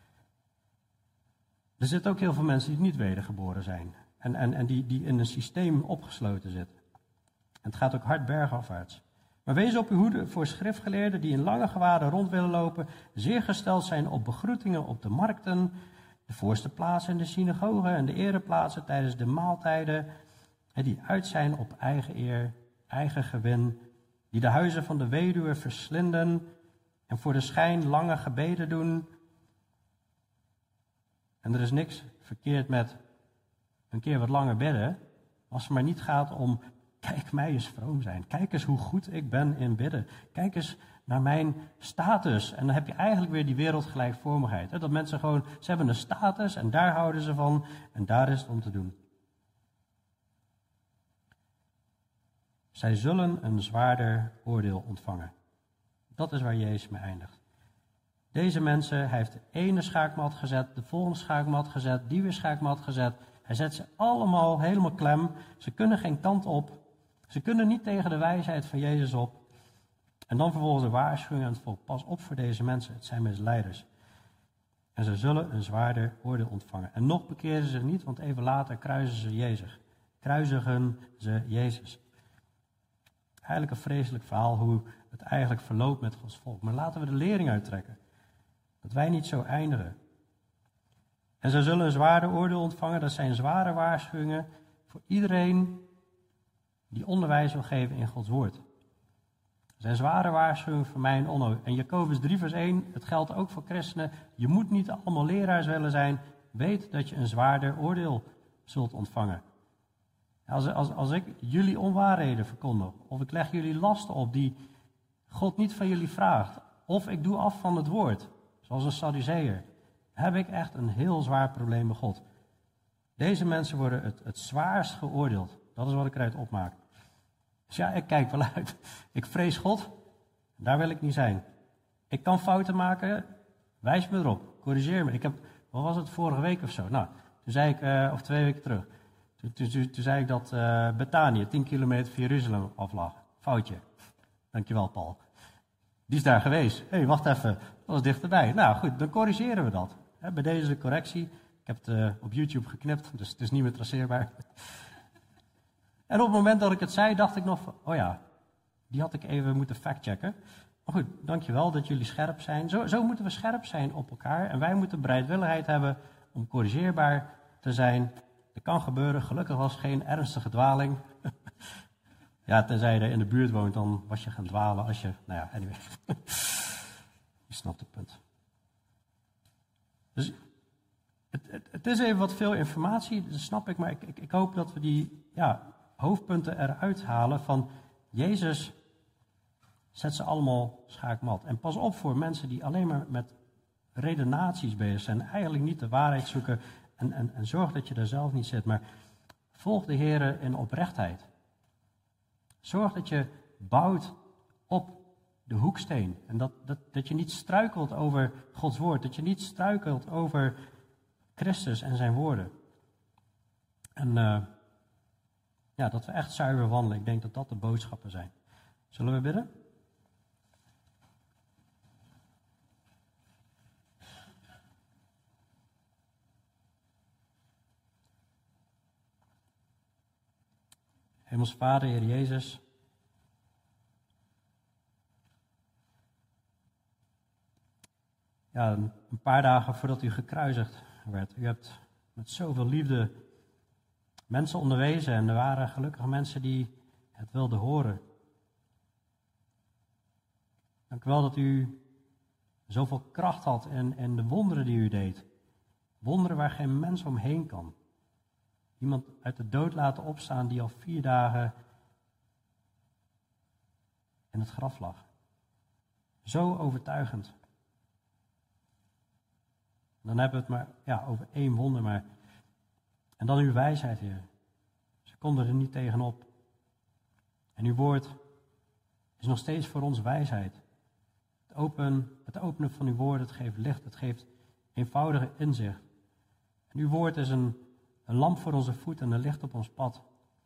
er zitten ook heel veel mensen die niet wedergeboren zijn. En die in een systeem opgesloten zitten. En het gaat ook hard bergafwaarts. Maar wees op uw hoede voor schriftgeleerden die in lange gewaden rond willen lopen, zeer gesteld zijn op begroetingen op de markten, de voorste plaatsen in de synagogen en de ereplaatsen tijdens de maaltijden, die uit zijn op eigen eer, eigen gewin, die de huizen van de weduwe verslinden en voor de schijn lange gebeden doen. En er is niks verkeerd met een keer wat langer bidden, als het maar niet gaat om kijk mij eens vroom zijn. Kijk eens hoe goed ik ben in bidden. Kijk eens naar mijn status. En dan heb je eigenlijk weer die wereldgelijkvormigheid. Hè? Dat mensen gewoon, ze hebben een status en daar houden ze van. En daar is het om te doen. Zij zullen een zwaarder oordeel ontvangen. Dat is waar Jezus mee eindigt. Deze mensen, hij heeft de ene schaakmat gezet, de volgende schaakmat gezet, die weer schaakmat gezet. Hij zet ze allemaal helemaal klem. Ze kunnen geen kant op. Ze kunnen niet tegen de wijsheid van Jezus op. En dan vervolgens de waarschuwing aan het volk. Pas op voor deze mensen, het zijn misleiders. En ze zullen een zwaarder oordeel ontvangen. En nog bekeren ze zich niet, want even later kruisigen ze Jezus. Eigenlijk een vreselijk verhaal hoe het eigenlijk verloopt met Gods volk. Maar laten we de lering uittrekken. Dat wij niet zo eindigen. En ze zullen een zwaarder oordeel ontvangen. Dat zijn zware waarschuwingen voor iedereen die onderwijs wil geven in Gods woord. Dat zijn zware waarschuwingen voor mij en Onno. En Jacobus 3 vers 1, het geldt ook voor christenen. Je moet niet allemaal leraars willen zijn. Weet dat je een zwaarder oordeel zult ontvangen. Als ik jullie onwaarheden verkondig, of ik leg jullie lasten op die God niet van jullie vraagt, of ik doe af van het woord, zoals een Sadduceër, heb ik echt een heel zwaar probleem met God. Deze mensen worden het zwaarst geoordeeld. Dat is wat ik eruit opmaak. Dus ja, ik kijk wel uit. Ik vrees God, daar wil ik niet zijn. Ik kan fouten maken, wijs me erop, corrigeer me. Wat was het, vorige week of zo? Nou, toen zei ik, of 2 weken terug, toen zei ik dat Betanië 10 kilometer van Jeruzalem af lag. Foutje. Dankjewel, Paul. Die is daar geweest. Hé, wacht even, dat was dichterbij. Nou goed, dan corrigeren we dat. Bij deze de correctie. Ik heb het op YouTube geknipt, dus het is niet meer traceerbaar. En op het moment dat ik het zei, dacht ik nog van, oh ja, die had ik even moeten factchecken. Maar goed, dankjewel dat jullie scherp zijn. Zo moeten we scherp zijn op elkaar. En wij moeten bereidwilligheid hebben om corrigeerbaar te zijn. Dat kan gebeuren. Gelukkig was geen ernstige dwaling. Ja, tenzij je er in de buurt woont, dan was je gaan dwalen als je... Nou ja, anyway. Je snapt het punt. Dus het is even wat veel informatie, dat snap ik. Maar ik hoop dat we die hoofdpunten eruit halen van... Jezus zet ze allemaal schaakmat. En pas op voor mensen die alleen maar met redenaties bezig zijn. Eigenlijk niet de waarheid zoeken. En zorg dat je er zelf niet zit. Maar volg de Heer in oprechtheid. Zorg dat je bouwt op de hoeksteen. En dat je niet struikelt over Gods woord. Dat je niet struikelt over Christus en zijn woorden. En dat we echt zuiver wandelen. Ik denk dat dat de boodschappen zijn. Zullen we bidden? Hemels Vader, Heer Jezus. Ja, een paar dagen voordat u gekruisigd werd. U hebt met zoveel liefde mensen onderwezen. En er waren gelukkig mensen die het wilden horen. Dank u wel dat u zoveel kracht had in de wonderen die u deed. Wonderen waar geen mens omheen kan. Iemand uit de dood laten opstaan die al 4 dagen in het graf lag. Zo overtuigend. Dan hebben we het maar over 1 wonder. Maar... En dan uw wijsheid, Heer. Ze konden er niet tegenop. En uw woord is nog steeds voor ons wijsheid. Het openen van uw woord, het geeft licht, het geeft eenvoudige inzicht. En uw woord is een lamp voor onze voet en een licht op ons pad.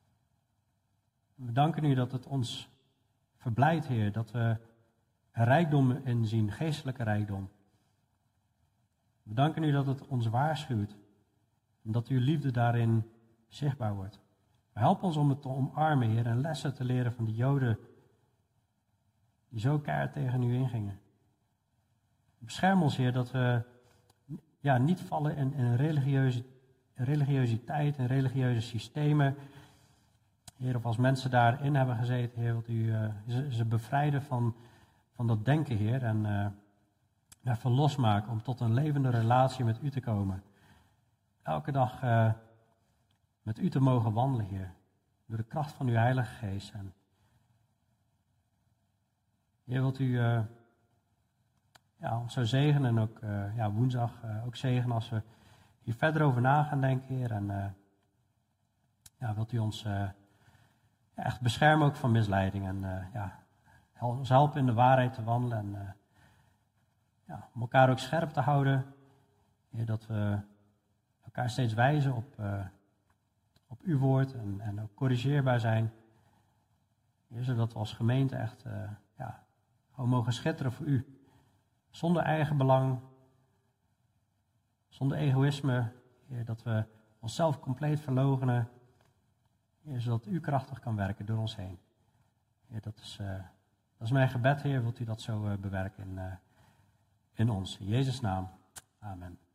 We danken u dat het ons verblijdt, Heer, dat we er rijkdom in zien, geestelijke rijkdom. We danken u dat het ons waarschuwt en dat uw liefde daarin zichtbaar wordt. Maar help ons om het te omarmen, Heer, en lessen te leren van de Joden die zo keihard tegen u ingingen. Bescherm ons, Heer, dat we niet vallen in religiositeit en religieuze systemen. Heer, of als mensen daarin hebben gezeten, Heer, wilt u ze bevrijden van dat denken, Heer, en daarvan losmaken om tot een levende relatie met u te komen. Elke dag met u te mogen wandelen, Heer, door de kracht van uw Heilige Geest. En Heer, wilt u ons zo zegenen en ook woensdag ook zegenen als we hier verder over na gaan denken, Heer. En wilt u ons echt beschermen ook van misleiding. En ons helpen in de waarheid te wandelen. En om elkaar ook scherp te houden. Heer, dat we elkaar steeds wijzen op uw woord. En ook corrigeerbaar zijn. Heer, zodat we als gemeente echt gewoon mogen schitteren voor u. Zonder eigen belang. Zonder egoïsme. Heer, dat we onszelf compleet verloochenen. Heer, zodat u krachtig kan werken door ons heen. Heer, dat is mijn gebed, Heer. Wilt u dat zo bewerken in ons. In Jezus' naam. Amen.